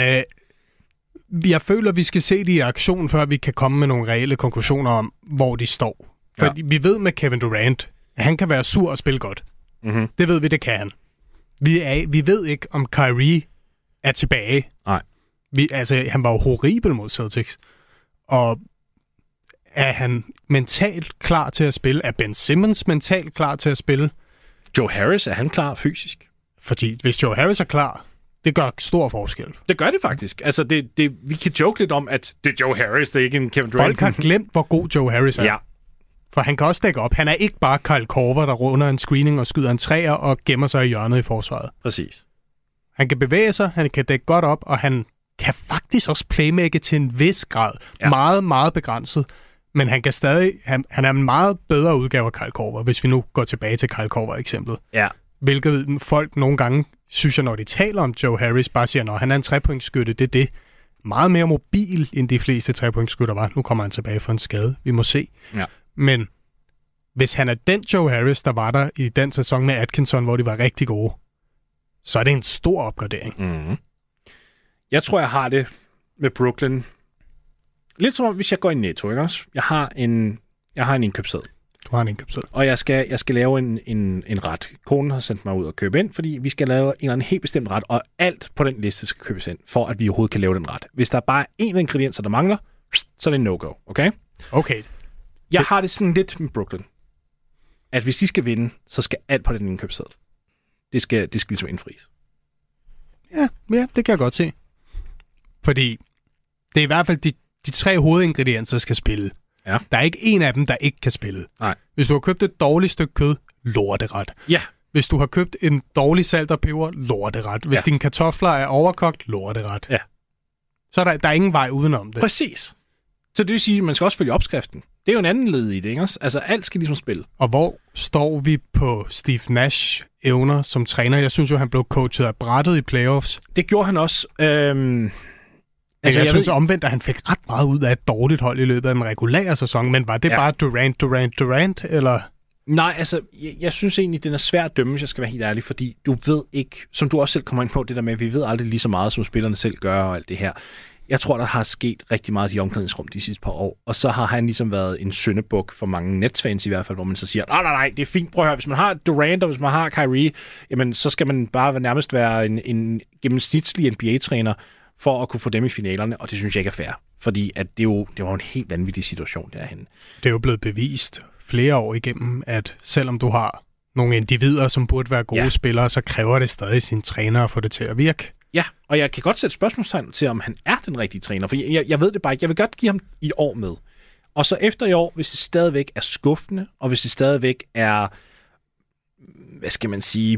jeg føler, at vi skal se det i aktion, før vi kan komme med nogle reelle konklusioner om, hvor de står. For vi ved med Kevin Durant, at han kan være sur og spille godt. Mm-hmm. Det ved vi, det kan han. Vi ved ikke, om Kyrie er tilbage. Nej. Han var jo horribel mod Celtics. Og er han mentalt klar til at spille? Er Ben Simmons mentalt klar til at spille? Joe Harris, er han klar fysisk? Fordi hvis Joe Harris er klar, det gør stor forskel. Det gør det faktisk. Altså, vi kan joke lidt om, at det er Joe Harris, det er ikke en Kevin Durant. Folk har glemt, hvor god Joe Harris er. Ja. For han kan også dække op. Han er ikke bare Kyle Korver, der runder en screening og skyder en træer og gemmer sig i hjørnet i forsvaret. Præcis. Han kan bevæge sig, han kan dække godt op, og han kan faktisk også playmake til en vis grad. Ja. Meget, meget begrænset. Men han kan stadig... Han er en meget bedre udgave af Kyle Korver, hvis vi nu går tilbage til Kyle Korver-eksemplet. Ja. Hvilket folk nogle gange, synes jeg, når de taler om Joe Harris, bare siger, når han er en trepointsskytte, det er det. Meget mere mobil, end de fleste trepointsskytter var. Nu kommer han tilbage for en skade. Vi må se. Ja. Men hvis han er den Joe Harris, der var der i den sæson med Atkinson, hvor de var rigtig gode, så er det en stor opgradering. Mm-hmm. Jeg tror, jeg har det med Brooklyn. Lidt som om, hvis jeg går i Netto, ikke også? Jeg har en indkøbsseddel. Du har en indkøbsseddel. Og jeg skal lave en ret. Konen har sendt mig ud og købe ind, fordi vi skal lave en eller anden helt bestemt ret, og alt på den liste skal købes ind, for at vi overhovedet kan lave den ret. Hvis der er bare én ingrediens, der mangler, så er det en no-go, okay? Okay. Jeg har det sådan lidt med Brooklyn, at hvis de skal vinde, så skal alt på den indkøbsseddel. Det skal ligesom indfries. Ja, det kan jeg godt se. Fordi det er i hvert fald de 3 hovedingredienser skal spille. Ja. Der er ikke en af dem, der ikke kan spille. Nej. Hvis du har købt et dårligt stykke kød, lorteret. Ja. Hvis du har købt en dårlig salt og peber, lorteret. Hvis dine kartofler er overkogt, lorteret. Ja. Så er der ingen vej udenom det. Præcis. Så det vil sige, at man skal også følge opskriften. Det er jo en anden led i det, ikke også? Altså, alt skal ligesom spille. Og hvor står vi på Steve Nash evner som træner? Jeg synes jo, han blev coachet af brættet i playoffs. Det gjorde han også. Jeg synes omvendt, at han fik ret meget ud af et dårligt hold i løbet af en regulær sæson. Men var det bare Durant, eller... Nej, altså, jeg synes egentlig, den er svær at dømme, hvis jeg skal være helt ærlig, fordi du ved ikke, som du også selv kommer ind på, det der med, at vi ved aldrig lige så meget, som spillerne selv gør og alt det her. Jeg tror, der har sket rigtig meget i omklædningsrum de sidste par år, og så har han ligesom været en syndebuk for mange Nets-fans i hvert fald, hvor man så siger, nej, det er fint, prøv at høre, hvis man har Durant, og hvis man har Kyrie, jamen, så skal man bare nærmest være en gennemsnitslig NBA-træner for at kunne få dem i finalerne, og det synes jeg ikke er fair, fordi at det var en helt vanvittig situation derhen. Det er jo blevet bevist flere år igennem, at selvom du har nogle individer, som burde være gode spillere, så kræver det stadig sin træner at få det til at virke. Ja, og jeg kan godt sætte spørgsmålstegn til, om han er den rigtige træner, for jeg ved det bare ikke. Jeg vil godt give ham i år med. Og så efter i år, hvis det stadigvæk er skuffende, og hvis det stadigvæk er, hvad skal man sige,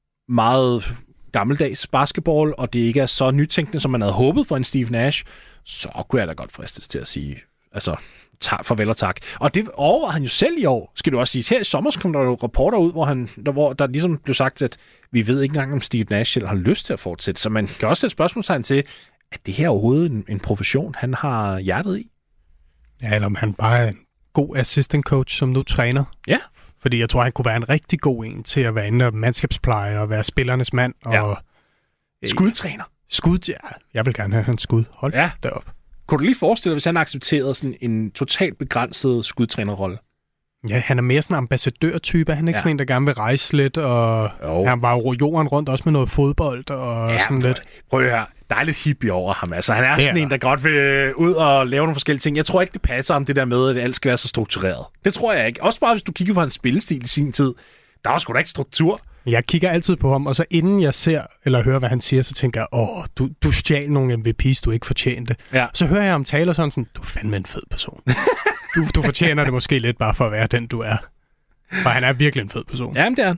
meget gammeldags basketball, og det ikke er så nytænkende, som man havde håbet for en Steve Nash, så kunne jeg da godt fristes til at sige, altså, farvel og tak. Og det overvejede han jo selv i år, skal du også sige. Her i sommer kom der jo rapporter ud, hvor der ligesom blev sagt, at vi ved ikke engang, om Steve Nash selv har lyst til at fortsætte. Så man kan også sætte spørgsmålstegn til, at det her er overhovedet en profession, han har hjertet i. Ja, eller om han bare er en god assistant coach, som nu træner. Ja. Fordi jeg tror, han kunne være en rigtig god en til at være inde og mandskabspleje og være spillernes mand. Og skudtræner. Ja. Jeg vil gerne have hans skud. Hold derop. Kunne du lige forestille dig, hvis han accepterede sådan en totalt begrænset skudtrænerrolle? Ja, han er mere sådan en ambassadør-type. Han er ikke sådan en, der gerne vil rejse lidt, og han var jo jorden rundt også med noget fodbold og sådan lidt. Prøv at høre, der er lidt hippie over ham. Altså, han er sådan en, der godt vil ud og lave nogle forskellige ting. Jeg tror ikke, det passer ham det der med, at alt skal være så struktureret. Det tror jeg ikke. Også bare, hvis du kigger på hans spillestil i sin tid. Der var sgu da ikke struktur. Jeg kigger altid på ham, og så inden jeg ser eller hører, hvad han siger, så tænker jeg, du stjal nogle MVP's, du ikke fortjente. Ja. Så hører jeg ham tale og sådan, du er fandme en fed person. du fortjener det måske lidt bare for at være den, du er. For han er virkelig en fed person. Jamen, det er han.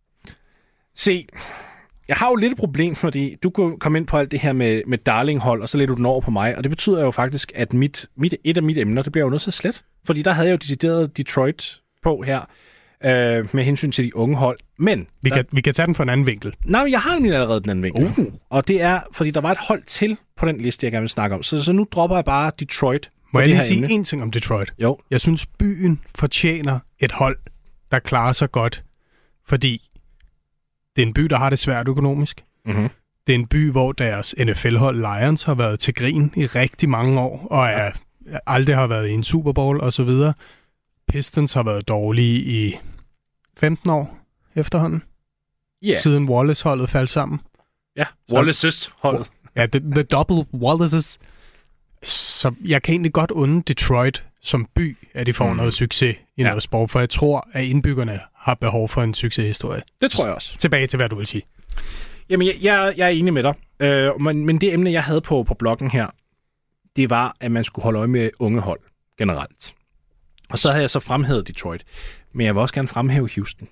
Se, jeg har jo lidt et problem, fordi du kunne komme ind på alt det her med Darling-hold, og så lægger du den over på mig, og det betyder jo faktisk, at et af mine emner, det bliver jo nødt til at slet. Fordi der havde jeg jo decideret Detroit på her, med hensyn til de unge hold. Men vi kan tage den fra en anden vinkel. Nej, men jeg har nemlig allerede den anden vinkel. Og det er, fordi der var et hold til på den liste, jeg gerne vil snakke om. Så nu dropper jeg bare Detroit. Må jeg lige sige en ting om Detroit? Jo. Jeg synes, byen fortjener et hold, der klarer sig godt. Fordi det er en by, der har det svært økonomisk. Mm-hmm. Det er en by, hvor deres NFL-hold Lions har været til grin i rigtig mange år, og aldrig har været i en Super Bowl osv. Pistons har været dårlige i 15 år efterhånden. Yeah. Siden Wallace-holdet faldt sammen. Ja, Wallace's-holdet. Ja, the double Wallace's. Så jeg kan egentlig godt unde Detroit som by, at de får noget succes i noget sport, for jeg tror, at indbyggerne har behov for en succeshistorie. Det tror jeg også. Tilbage til, hvad du vil sige. Jamen, jeg er enig med dig. Men det emne, jeg havde på bloggen her, det var, at man skulle holde øje med unge hold generelt. Og så havde jeg så fremhævet Detroit. Men jeg vil også gerne fremhæve Houston.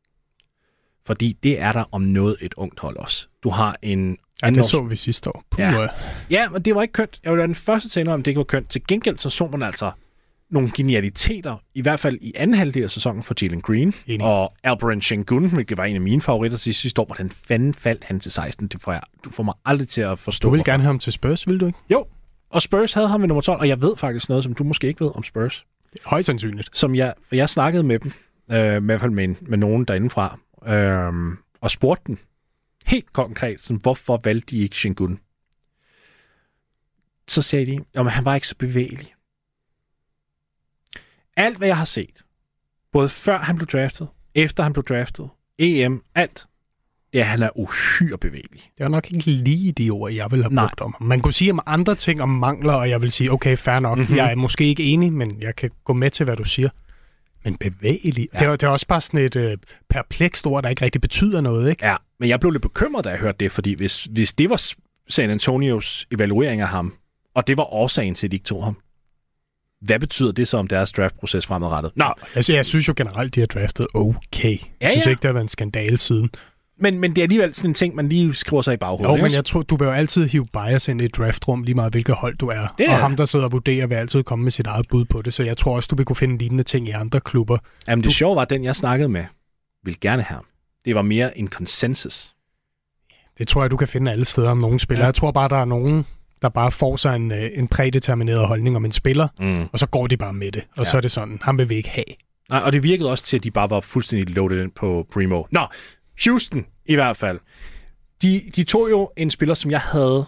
Fordi det er der om noget et ungt hold også. Du har en... Ja, det så vi sidste år. Ja, men det var ikke kønt. Jeg vil være den første til om det ikke var kønt. Til gengæld så man altså nogle genialiteter, i hvert fald i anden halvdel af sæsonen for Jalen Green. Og Alperen Sengun, hvilket var en af mine favoritter sidste år. Hvordan fanden faldt han til 16? Du får mig aldrig til at forstå. Du vil gerne have ham til Spurs, vil du ikke? Jo, og Spurs havde ham ved nummer 12, og jeg ved faktisk noget, som du måske ikke ved om Spurs. Højst sandsynligt. For jeg snakkede med dem, i hvert fald med nogen derindefra, og spurgte dem helt konkret, sådan, hvorfor valgte de ikke Sengun? Så sagde de, at han var ikke så bevægelig. Alt, hvad jeg har set, både før han blev draftet, efter han blev draftet, EM, alt, ja, han er uhyre bevægelig. Det er nok ikke lige de ord, jeg vil have brugt om ham. Man kunne sige om andre ting om mangler, og jeg vil sige, okay, fair nok. Mm-hmm. Jeg er måske ikke enig, men jeg kan gå med til, hvad du siger. Men bevægelig. Ja. Det er også bare sådan et perplekst ord, der ikke rigtig betyder noget, ikke? Ja, men jeg blev lidt bekymret, da jeg hørte det, fordi hvis det var San Antonios evaluering af ham, Og det var årsagen til, at de ikke tog ham. Hvad betyder det så om deres draftproces fremadrettet? Nå. Altså, jeg synes jo generelt, de har draftet okay. Jeg synes ikke, der har været en skandale siden. Men det er alligevel sådan en ting, man lige skriver sig i baghovedet. Jo, men jeg tror, du vil jo altid hive bias ind i et draftrum, lige meget hvilket hold du er. Og ham, der sidder og vurderer, vil altid komme med sit eget bud på det. Så jeg tror også, du vil kunne finde lignende ting i andre klubber. Jamen, det sjove var, at den, jeg snakkede med, ville gerne have. Det var mere en konsensus. Det tror jeg, du kan finde alle steder om nogle spillere. Ja. Jeg tror bare, der er nogen, der bare får sig en prædetermineret holdning om en spiller, og så går de bare med det. Og så er det sådan, ham vil vi ikke have. Nej, og det virkede også til, at de bare var fuldstændig loaded ind på Primo. Nå, Houston i hvert fald. De tog jo en spiller, som jeg havde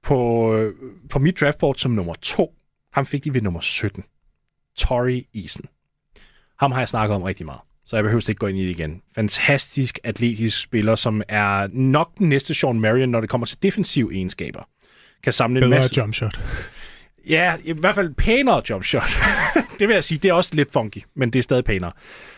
på mit draftboard som nummer 2. Ham fik de ved nummer 17. Torrey Eason. Ham har jeg snakket om rigtig meget, så jeg behøver ikke gå ind i det igen. Fantastisk atletisk spiller, som er nok den næste Sean Marion, når det kommer til defensive egenskaber. Kan samle en masse... jumpshot. Ja, i hvert fald pænere jumpshot. Det vil jeg sige, det er også lidt funky, men det er stadig pænere.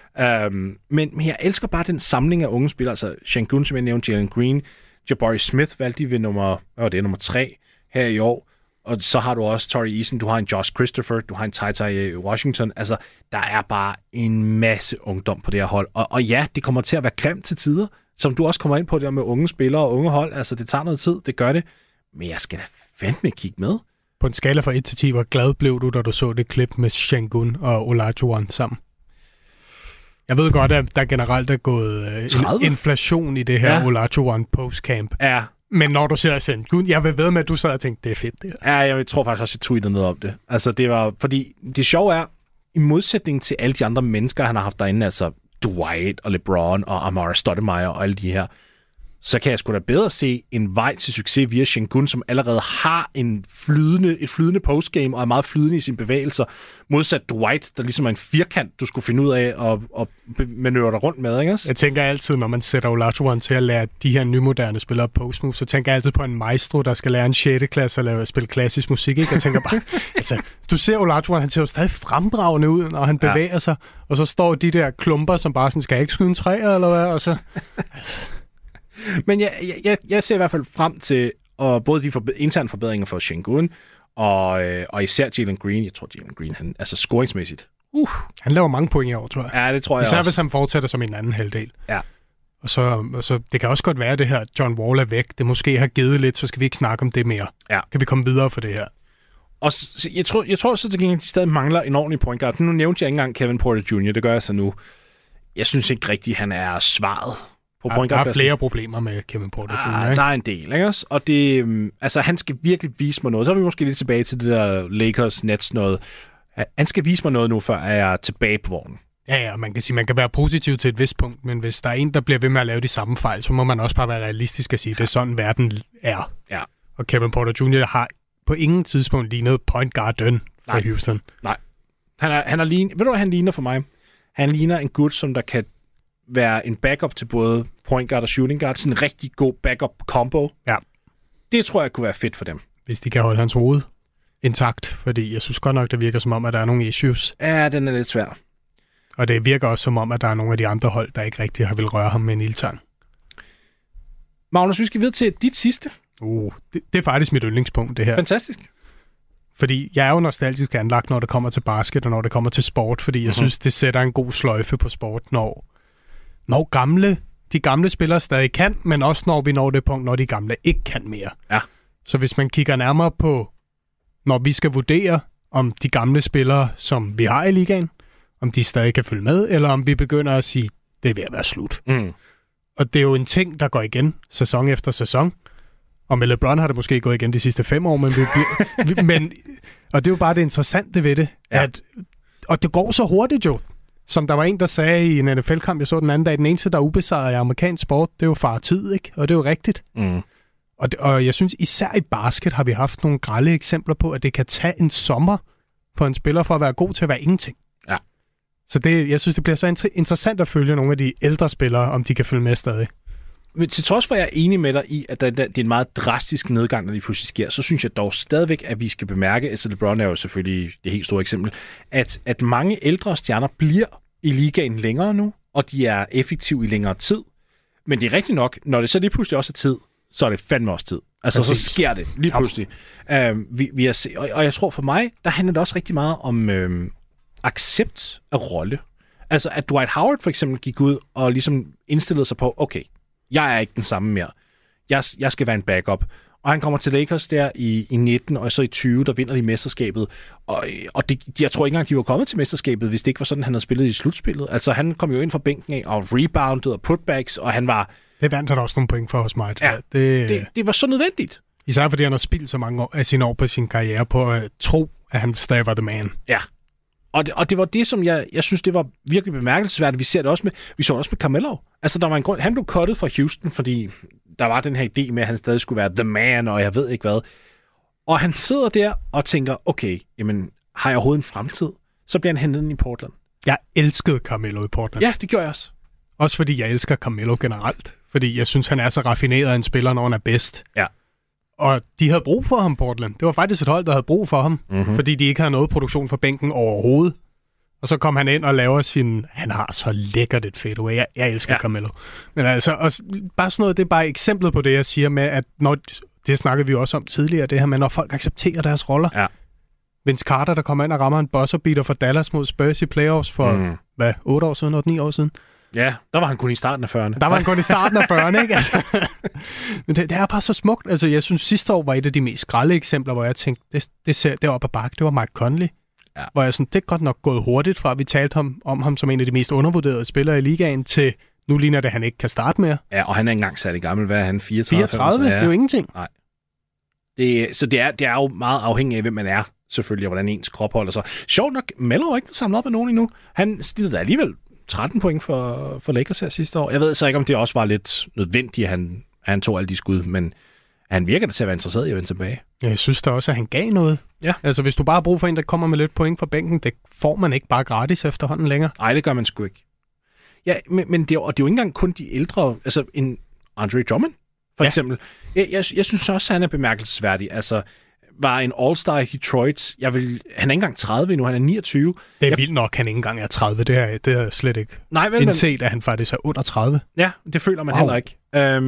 Men jeg elsker bare den samling af unge spillere, altså Sengun, som jeg nævnte, Jalen Green, Jabari Smith valgte de ved nummer 3 her i år, og så har du også Torrey Eason, du har en Josh Christopher, du har en Ty Washington, altså der er bare en masse ungdom på det her hold, og ja, det kommer til at være grimt til tider, som du også kommer ind på det med unge spillere og unge hold, altså det tager noget tid, det gør det, men jeg skal da fandme kigge med. På en skala fra 1 til 10, hvor glad blev du, da du så det klip med Sengun og Olajuwon sammen? Jeg ved godt, at der generelt er gået en inflation i det her Olajuwon postcamp. Ja. Men når du ser Sengun, jeg vil ved med, at du sad og tænkte, det er fedt det her. Ja, jeg tror faktisk også, at jeg tweetede noget om det. Altså, det var, fordi det sjove er, i modsætning til alle de andre mennesker, han har haft derinde, altså Dwight og LeBron og Amara Stoudemire og alle de her, så kan jeg sgu da bedre se en vej til succes via Sengun, som allerede har et flydende postgame og er meget flydende i sine bevægelser, modsat Dwight, der ligesom er en firkant, du skulle finde ud af og manøvrere dig rundt med, ikke også? Jeg tænker altid, når man sætter Olajuwon til at lære de her nymoderne spillere postmoves, så tænker jeg altid på en maestro, der skal lære en 6. klasse at spille klassisk musik, ikke? Jeg tænker bare, altså, du ser Olajuwon, han ser jo stadig fremdragende ud, når han bevæger sig, og så står de der klumper, som bare sådan, skal jeg ikke skyde en træer, eller hvad, og så... Men jeg ser i hvert fald frem til både de interne forbedringer for Sengun og især Jalen Green. Jeg tror, Jalen Green, han, altså scoringsmæssigt. Han laver mange point i år, tror jeg. Ja, det tror jeg især også. Hvis han fortsætter som en anden halvdel. Ja. Og så det kan også godt være, det her John Wall er væk. Det måske har givet lidt, så skal vi ikke snakke om det mere. Ja. Kan vi komme videre for det her? Og jeg tror så til gengæld, at de stadig mangler en ordentlig point guard. Nu nævnte jeg ikke engang Kevin Porter Jr., det gør jeg så nu. Jeg synes ikke rigtigt, han er svaret. Der er flere problemer med Kevin Porter Jr., ikke? Der er en del, ikke også? Og det, altså, han skal virkelig vise mig noget. Så er vi måske lidt tilbage til det der Lakers-Nets noget. Han skal vise mig noget nu, før jeg er tilbage på vognen. Ja, man kan sige, man kan være positiv til et vist punkt, men hvis der er en, der bliver ved med at lave de samme fejl, så må man også bare være realistisk og sige, at det er sådan, verden er. Ja. Og Kevin Porter Jr. har på ingen tidspunkt lignet point guarden for Houston. Nej. Han er ved du, hvad han ligner for mig? Han ligner en gut, som der kan være en backup til både point guard og shooting guard. Sådan en rigtig god backup combo. Ja. Det tror jeg kunne være fedt for dem. Hvis de kan holde hans hoved intakt, fordi jeg synes godt nok, det virker som om, at der er nogle issues. Ja, den er lidt svær. Og det virker også som om, at der er nogle af de andre hold, der ikke rigtig har vil røre ham med en ildtang. Magnus, vi skal videre til dit sidste. Det er faktisk mit yndlingspunkt, det her. Fantastisk. Fordi jeg er jo nostalgisk anlagt, når det kommer til basket og når det kommer til sport, fordi jeg synes, det sætter en god sløjfe på sport, når de gamle spillere stadig kan, men også når vi når det punkt, når de gamle ikke kan mere. Ja. Så hvis man kigger nærmere på, når vi skal vurdere, om de gamle spillere, som vi har i ligaen, om de stadig kan følge med, eller om vi begynder at sige, det er ved at være slut. Og det er jo en ting, der går igen, sæson efter sæson. Og med LeBron har det måske gået igen de sidste 5 år, men og det er jo bare det interessante ved det, og det går så hurtigt jo. Som der var en, der sagde i en NFL-kamp, jeg så den anden dag, den eneste, der er ubesejret i amerikansk sport, det er jo far-tid, ikke? Og det er jo rigtigt. Og jeg synes, især i basket har vi haft nogle grelle eksempler på, at det kan tage en sommer for en spiller for at være god til at være ingenting. Ja. Så jeg synes, det bliver så interessant at følge nogle af de ældre spillere, om de kan følge med stadig. Men til trods for, at jeg er enig med dig i, at det er en meget drastisk nedgang, når de pludselig sker, så synes jeg dog stadigvæk, at vi skal bemærke, altså LeBron er jo selvfølgelig det helt store eksempel, at mange ældre stjerner bliver i ligaen længere nu, og de er effektive i længere tid. Men det er rigtigt nok, når det så lige pludselig også er tid, så er det fandme også tid. Altså, præcis. Så sker det lige pludselig. Vi har set, og jeg tror for mig, der handler det også rigtig meget om accept af rolle. Altså, at Dwight Howard for eksempel gik ud og ligesom indstillede sig på, okay, jeg er ikke den samme mere. Jeg skal være en backup. Og han kommer til Lakers der i 19, og så i 20, der vinder de mesterskabet. Og jeg tror ikke engang, de var kommet til mesterskabet, hvis det ikke var sådan, han havde spillet i slutspillet. Altså, han kom jo ind fra bænken af og rebounded og putbacks, og han var... Det vandt han også nogle point for hos mig. Ja, det var så nødvendigt. Især fordi han har spildt så mange af sine år på sin karriere på at tro, at han stadig var the man. Ja. Og det var det, som jeg synes, det var virkelig bemærkelsesværdigt. Vi så det også med Carmelo. Altså, der var en grund. Han blev cuttet fra Houston, fordi der var den her idé med, at han stadig skulle være the man, og jeg ved ikke hvad. Og han sidder der og tænker, okay, jamen, har jeg overhovedet en fremtid? Så bliver han hentet ind i Portland. Jeg elskede Carmelo i Portland. Ja, det gjorde jeg også. Også fordi jeg elsker Carmelo generelt. Fordi jeg synes, han er så raffineret en spiller, når han er bedst. Ja. Og de havde brug for ham, Portland. Det var faktisk et hold, der havde brug for ham. Mm-hmm. Fordi de ikke havde noget produktion for bænken overhovedet. Og så kom han ind og laver sin... Han har så lækkert et fadeaway. Jeg elsker Carmelo. Men altså, også, bare sådan noget, det er bare eksemplet på det, jeg siger med, at når... Det snakkede vi også om tidligere, det her med, når folk accepterer deres roller. Ja. Vince Carter, der kommer ind og rammer en buzzer-beater for Dallas mod Spurs i playoffs for, 8 år siden, 9 år siden? Ja, der var han kun i starten af 40'erne. Der var han kun i starten af 40'erne, ikke? Altså, men det er bare så smukt. Altså, jeg synes, sidste år var et af de mest grelle eksempler, hvor jeg tænkte, det op ad bakke, det var Mike Conley. Ja. Hvor jeg sådan, det er godt nok gået hurtigt fra, at vi talte om ham som en af de mest undervurderede spillere i ligaen, til nu ligner det, at han ikke kan starte mere. Ja, og han er engang sat i gammel. Hvad er han? 34? 34? Det er jo ingenting. Nej. Så det er jo meget afhængigt af, hvem man er, selvfølgelig, og hvordan ens krop holder sig. Sjovt nok, Melo er ikke samlet op af nogen endnu. Han stillede alligevel 13 point for Lakers her sidste år. Jeg ved så ikke, om det også var lidt nødvendigt, at han tog alle de skud, men han virker da til at være interesseret i at vende tilbage. Jeg synes da også, at han gav noget. Ja. Altså, hvis du bare har brug for en, der kommer med lidt point fra bænken, det får man ikke bare gratis efterhånden længere. Nej, det gør man sgu ikke. Ja, men det er jo ikke engang kun de ældre, altså en Andre Drummond, for eksempel. Jeg synes også, at han er bemærkelsesværdig. Altså, var en All-Star i Detroit. Han er ikke engang 30 endnu, han er 29. Det er vildt nok, han ikke engang er 30. Det er slet ikke indset, at han faktisk er under 30. Ja, det føler man heller ikke.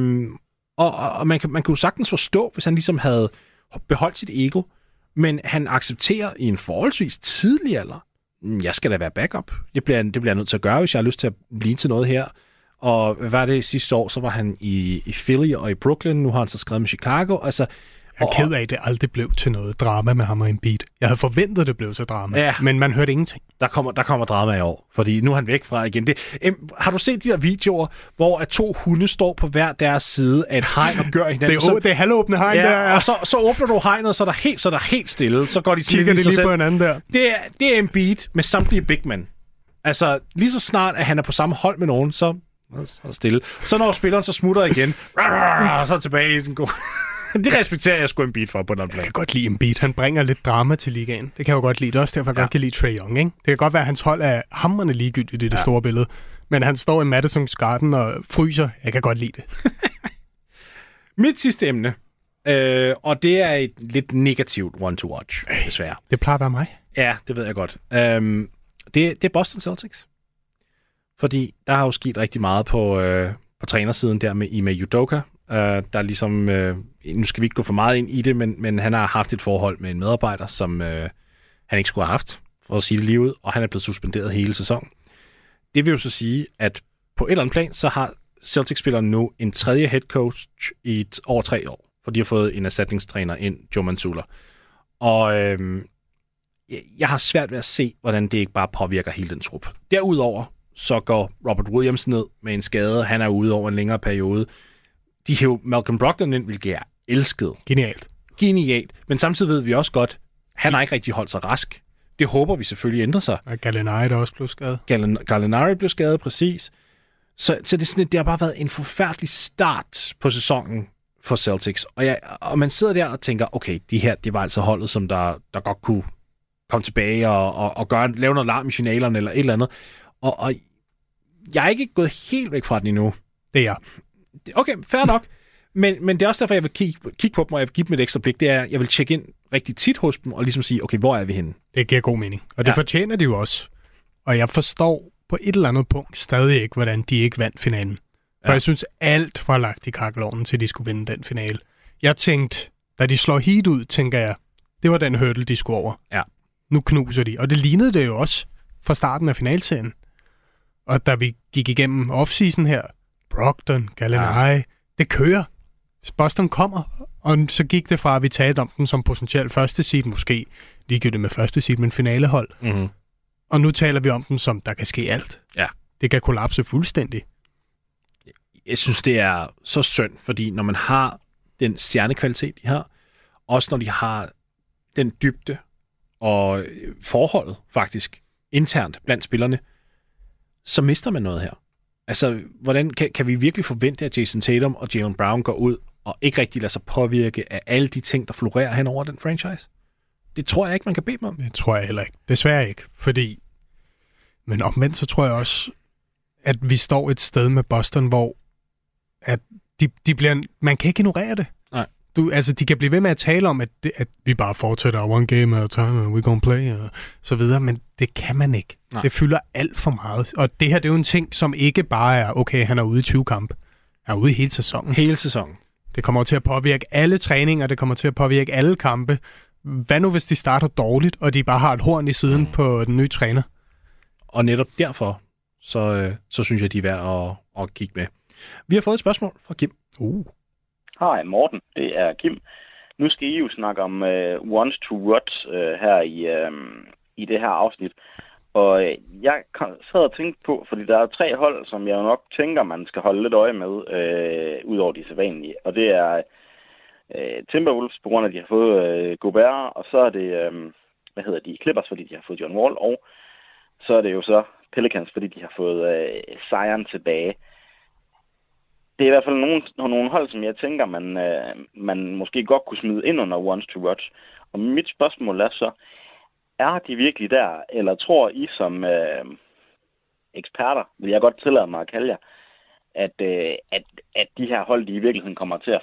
Og man kan jo sagtens forstå, hvis han ligesom havde beholdt sit ego, men han accepterer i en forholdsvis tidlig alder, jeg skal da være backup. Det bliver jeg nødt til at gøre, hvis jeg har lyst til at blive til noget her. Og hvad var det sidste år? Så var han i Philly og i Brooklyn. Nu har han så skrevet med Chicago. Altså, jeg er ked af, at det aldrig blev til noget drama med ham og Embiid. Jeg havde forventet, at det blev til drama, men man hørte ingenting. Der kommer drama i år, fordi nu er han væk fra igen. Har du set de der videoer, hvor at 2 hunde står på hver deres side af et hegn og gør hinanden? Det er halvåbne hegn der. Ja. Og så åbner du hegnet, så er der helt stille. Så går de til det lige på hinanden der. Det er Embiid med samtlige big men. Altså, lige så snart, at han er på samme hold med nogen, så er det stille. Så når spilleren så smutter igen, og så er tilbage i den gode... Det respekterer jeg sgu Embiid for på den plan. Jeg kan godt lide Embiid. Han bringer lidt drama til ligaen. Det kan jeg jo godt lide. Det er også derfor, jeg godt kan lide Trae Young, ikke? Det kan godt være, at hans hold er hamrende ligegyldigt i det store billede. Men han står i Madison's Garden og fryser. Jeg kan godt lide det. Mit sidste emne, og det er et lidt negativt one to watch, desværre. Det plejer at være mig. Ja, det ved jeg godt. Det er Boston Celtics. Fordi der har jo sket rigtig meget på trænersiden der med Ime Udoka. Der ligesom, nu skal vi ikke gå for meget ind i det, men han har haft et forhold med en medarbejder, som han ikke skulle have haft, for at sige det lige ud, og han er blevet suspenderet hele sæsonen. Det vil jo så sige, at på et eller andet plan, så har Celtics-spilleren nu en tredje head coach i over 3 år, for de har fået en erstatningstræner ind, Joe Mazzulla. Og jeg har svært ved at se, hvordan det ikke bare påvirker hele den trup. Derudover så går Robert Williams ned med en skade. Han er ude over en længere periode. De hæver Malcolm Brogdon ind, hvilket jeg elskede. Genialt. Men samtidig ved vi også godt, han har ikke rigtig holdt sig rask. Det håber vi selvfølgelig ændrer sig. Og Gallinari der også blev skadet. Gallinari blev skadet, præcis. Så det er sådan, det har bare været en forfærdelig start på sæsonen for Celtics. Og man sidder der og tænker, okay, det var altså holdet, som der godt kunne komme tilbage og lave noget larm i finalerne eller et eller andet. Og jeg er ikke gået helt væk fra den endnu. Det er jeg. Okay, fair nok. Men det er også derfor, jeg vil kigge på dem, og jeg vil give dem et ekstra blik. Det er, jeg vil tjekke ind rigtig tit hos dem, og ligesom sige, okay, hvor er vi henne? Det giver god mening. Og det fortjener de jo også. Og jeg forstår på et eller andet punkt stadig ikke, hvordan de ikke vandt finalen. For jeg synes, alt var lagt i kakkelovnen, til de skulle vinde den finale. Jeg tænkte, da de slår Heat ud, tænker jeg, det var den hurdle, de skulle over. Ja. Nu knuser de. Og det lignede det jo også fra starten af finalserien. Og da vi gik igennem offseason her, Brogdon, Gallinari, det kører. Boston kommer, og så gik det fra, at vi talte om dem som potentielt første seed, måske ligegyldigt med første seed, men finalehold. Mm-hmm. Og nu taler vi om dem som, der kan ske alt. Ja. Det kan kollapse fuldstændig. Jeg synes, det er så synd, fordi når man har den stjernekvalitet, de har, også når de har den dybde og forholdet faktisk internt blandt spillerne, så mister man noget her. Altså, hvordan kan vi virkelig forvente, at Jason Tatum og Jaylen Brown går ud og ikke rigtig lader sig påvirke af alle de ting, der florerer hen over den franchise? Det tror jeg ikke, man kan bede dem om. Det tror jeg heller ikke. Desværre ikke, fordi... Men omvendt, så tror jeg også, at vi står et sted med Boston, hvor at de bliver... Man kan ikke ignorere det. Nej. De kan blive ved med at tale om, at vi bare fortsætter one game at a time, we gonna play, og så videre, men det kan man ikke. Nej. Det fylder alt for meget. Og det her, det er jo en ting, som ikke bare er, okay, han er ude i 20 kamp. Han er ude i hele sæsonen. Hele sæsonen. Det kommer til at påvirke alle træninger, det kommer til at påvirke alle kampe. Hvad nu, hvis de starter dårligt, og de bare har et horn i siden på den nye træner? Og netop derfor, så synes jeg, de er værd at kigge med. Vi har fået et spørgsmål fra Kim. Hej Morten, det er Kim. Nu skal I jo snakke om ones to watch her i det her afsnit. Og jeg sad og tænkte på, fordi der er 3 hold, som jeg nok tænker, man skal holde lidt øje med, ud over de sædvanlige. Og det er Timberwolves, på grund af, at de har fået Gobert, og så er det, Clippers, fordi de har fået John Wall, og så er det jo så Pelicans, fordi de har fået Zion tilbage. Det er i hvert fald nogle hold, som jeg tænker, man måske godt kunne smide ind under ones to watch. Og mit spørgsmål er så, er de virkelig der, eller tror I som eksperter, vil jeg godt tillade mig at kalde jer, at de her hold, de i virkeligheden kommer til at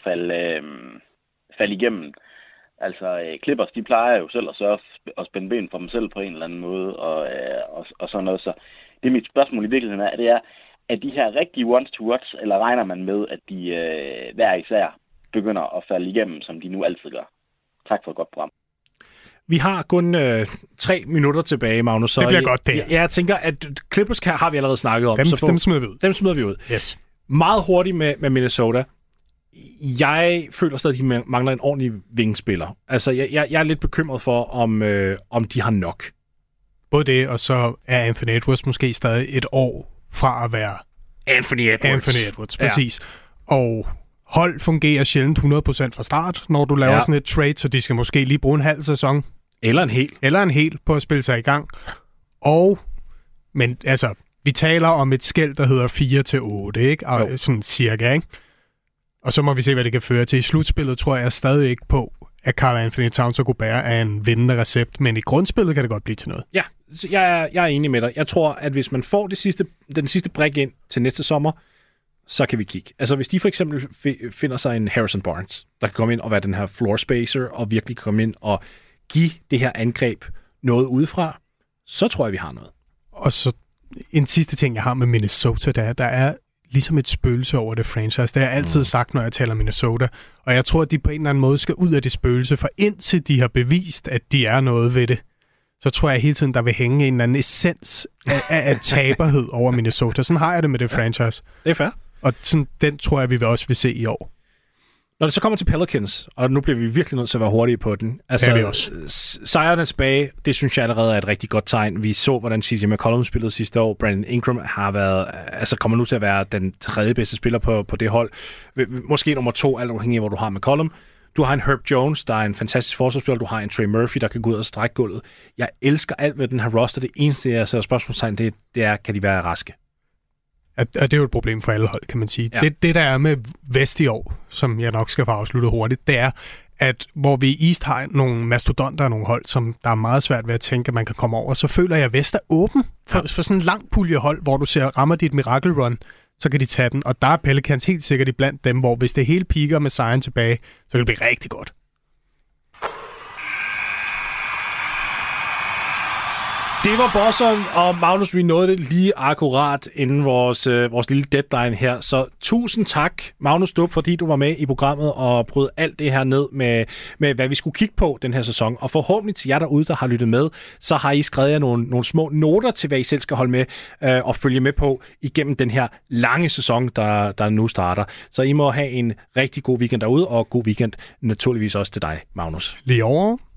falde igennem? Altså, Clippers, de plejer jo selv at spænde ben for dem selv på en eller anden måde, og sådan noget. Så det er mit spørgsmål i virkeligheden er de her rigtige ones to watch, eller regner man med, at de hver især begynder at falde igennem, som de nu altid gør? Tak for et godt program. Vi har kun 3 minutter tilbage, Magnus. Så det bliver godt, det her. Jeg tænker, at Clippers har vi allerede snakket om. Dem smider vi ud. Dem smider vi ud. Yes. Meget hurtigt med Minnesota. Jeg føler stadig, at de mangler en ordentlig vingespiller. Altså, jeg er lidt bekymret for, om de har nok. Både det, og så er Anthony Edwards måske stadig et år fra at være Anthony Edwards, præcis. Ja. Og hold fungerer sjældent 100% fra start, når du laver sådan et trade, så de skal måske lige bruge en halv sæson. Eller en hel på at spille sig i gang. Men altså, vi taler om et skel, der hedder 4-8, ikke? Og sådan cirka, ikke? Og så må vi se, hvad det kan føre til. I slutspillet tror jeg stadig ikke på, at Karl Anthony Towns og Gobert er en vindende recept, men i grundspillet kan det godt blive til noget. Ja, jeg er enig med dig. Jeg tror, at hvis man får den sidste brik ind til næste sommer, så kan vi kigge. Altså hvis de for eksempel finder sig en Harrison Barnes, der kan komme ind og være den her floor spacer, og virkelig komme ind og give det her angreb noget udefra, så tror jeg, vi har noget. Og så en sidste ting, jeg har med Minnesota, der er ligesom et spøgelse over det franchise. Det har jeg altid sagt, når jeg taler Minnesota. Og jeg tror, at de på en eller anden måde skal ud af det spøgelse, for indtil de har bevist, at de er noget ved det, så tror jeg hele tiden, der vil hænge en eller anden essens af taberhed over Minnesota. Sådan har jeg det med det franchise. Det er fair. Og sådan, den tror jeg, vi også vil se i år. Når det så kommer til Pelicans, og nu bliver vi virkelig nødt til at være hurtige på den. Altså, det er vi også. Sejrene tilbage, det synes jeg allerede er et rigtig godt tegn. Vi så, hvordan CJ McCollum spillede sidste år. Brandon Ingram kommer nu til at være den 3. bedste spiller på det hold. Måske nummer 2, alt afhængig af, hvor du har McCollum. Du har en Herb Jones, der er en fantastisk forsvarsspiller. Du har en Trey Murphy, der kan gå ud og strække gulvet. Jeg elsker alt ved den her roster. Det eneste, jeg sætter spørgsmålstegn, det er, kan de være raske? Og det er jo et problem for alle hold, kan man sige. Ja. Det, der er med Vest i år, som jeg nok skal få afsluttet hurtigt, det er, at hvor vi i East har nogle mastodonter og nogle hold, som der er meget svært ved at tænke, at man kan komme over, så føler jeg, at Vest er åben for sådan en lang pulje hold, hvor du rammer dit miracle run, så kan de tage den. Og der er Pelicans helt sikkert iblandt dem, hvor hvis det hele piker med Zion tilbage, så kan det blive rigtig godt. Det var Bosseren, og Magnus, vi nåede det lige akkurat inden vores lille deadline her. Så tusind tak, Magnus Stubb, fordi du var med i programmet og brød alt det her ned med hvad vi skulle kigge på den her sæson. Og forhåbentlig til jer derude, der har lyttet med, så har I skrevet jer nogle små noter til, hvad I selv skal holde med og følge med på igennem den her lange sæson, der nu starter. Så I må have en rigtig god weekend derude, og god weekend naturligvis også til dig, Magnus. Lige over.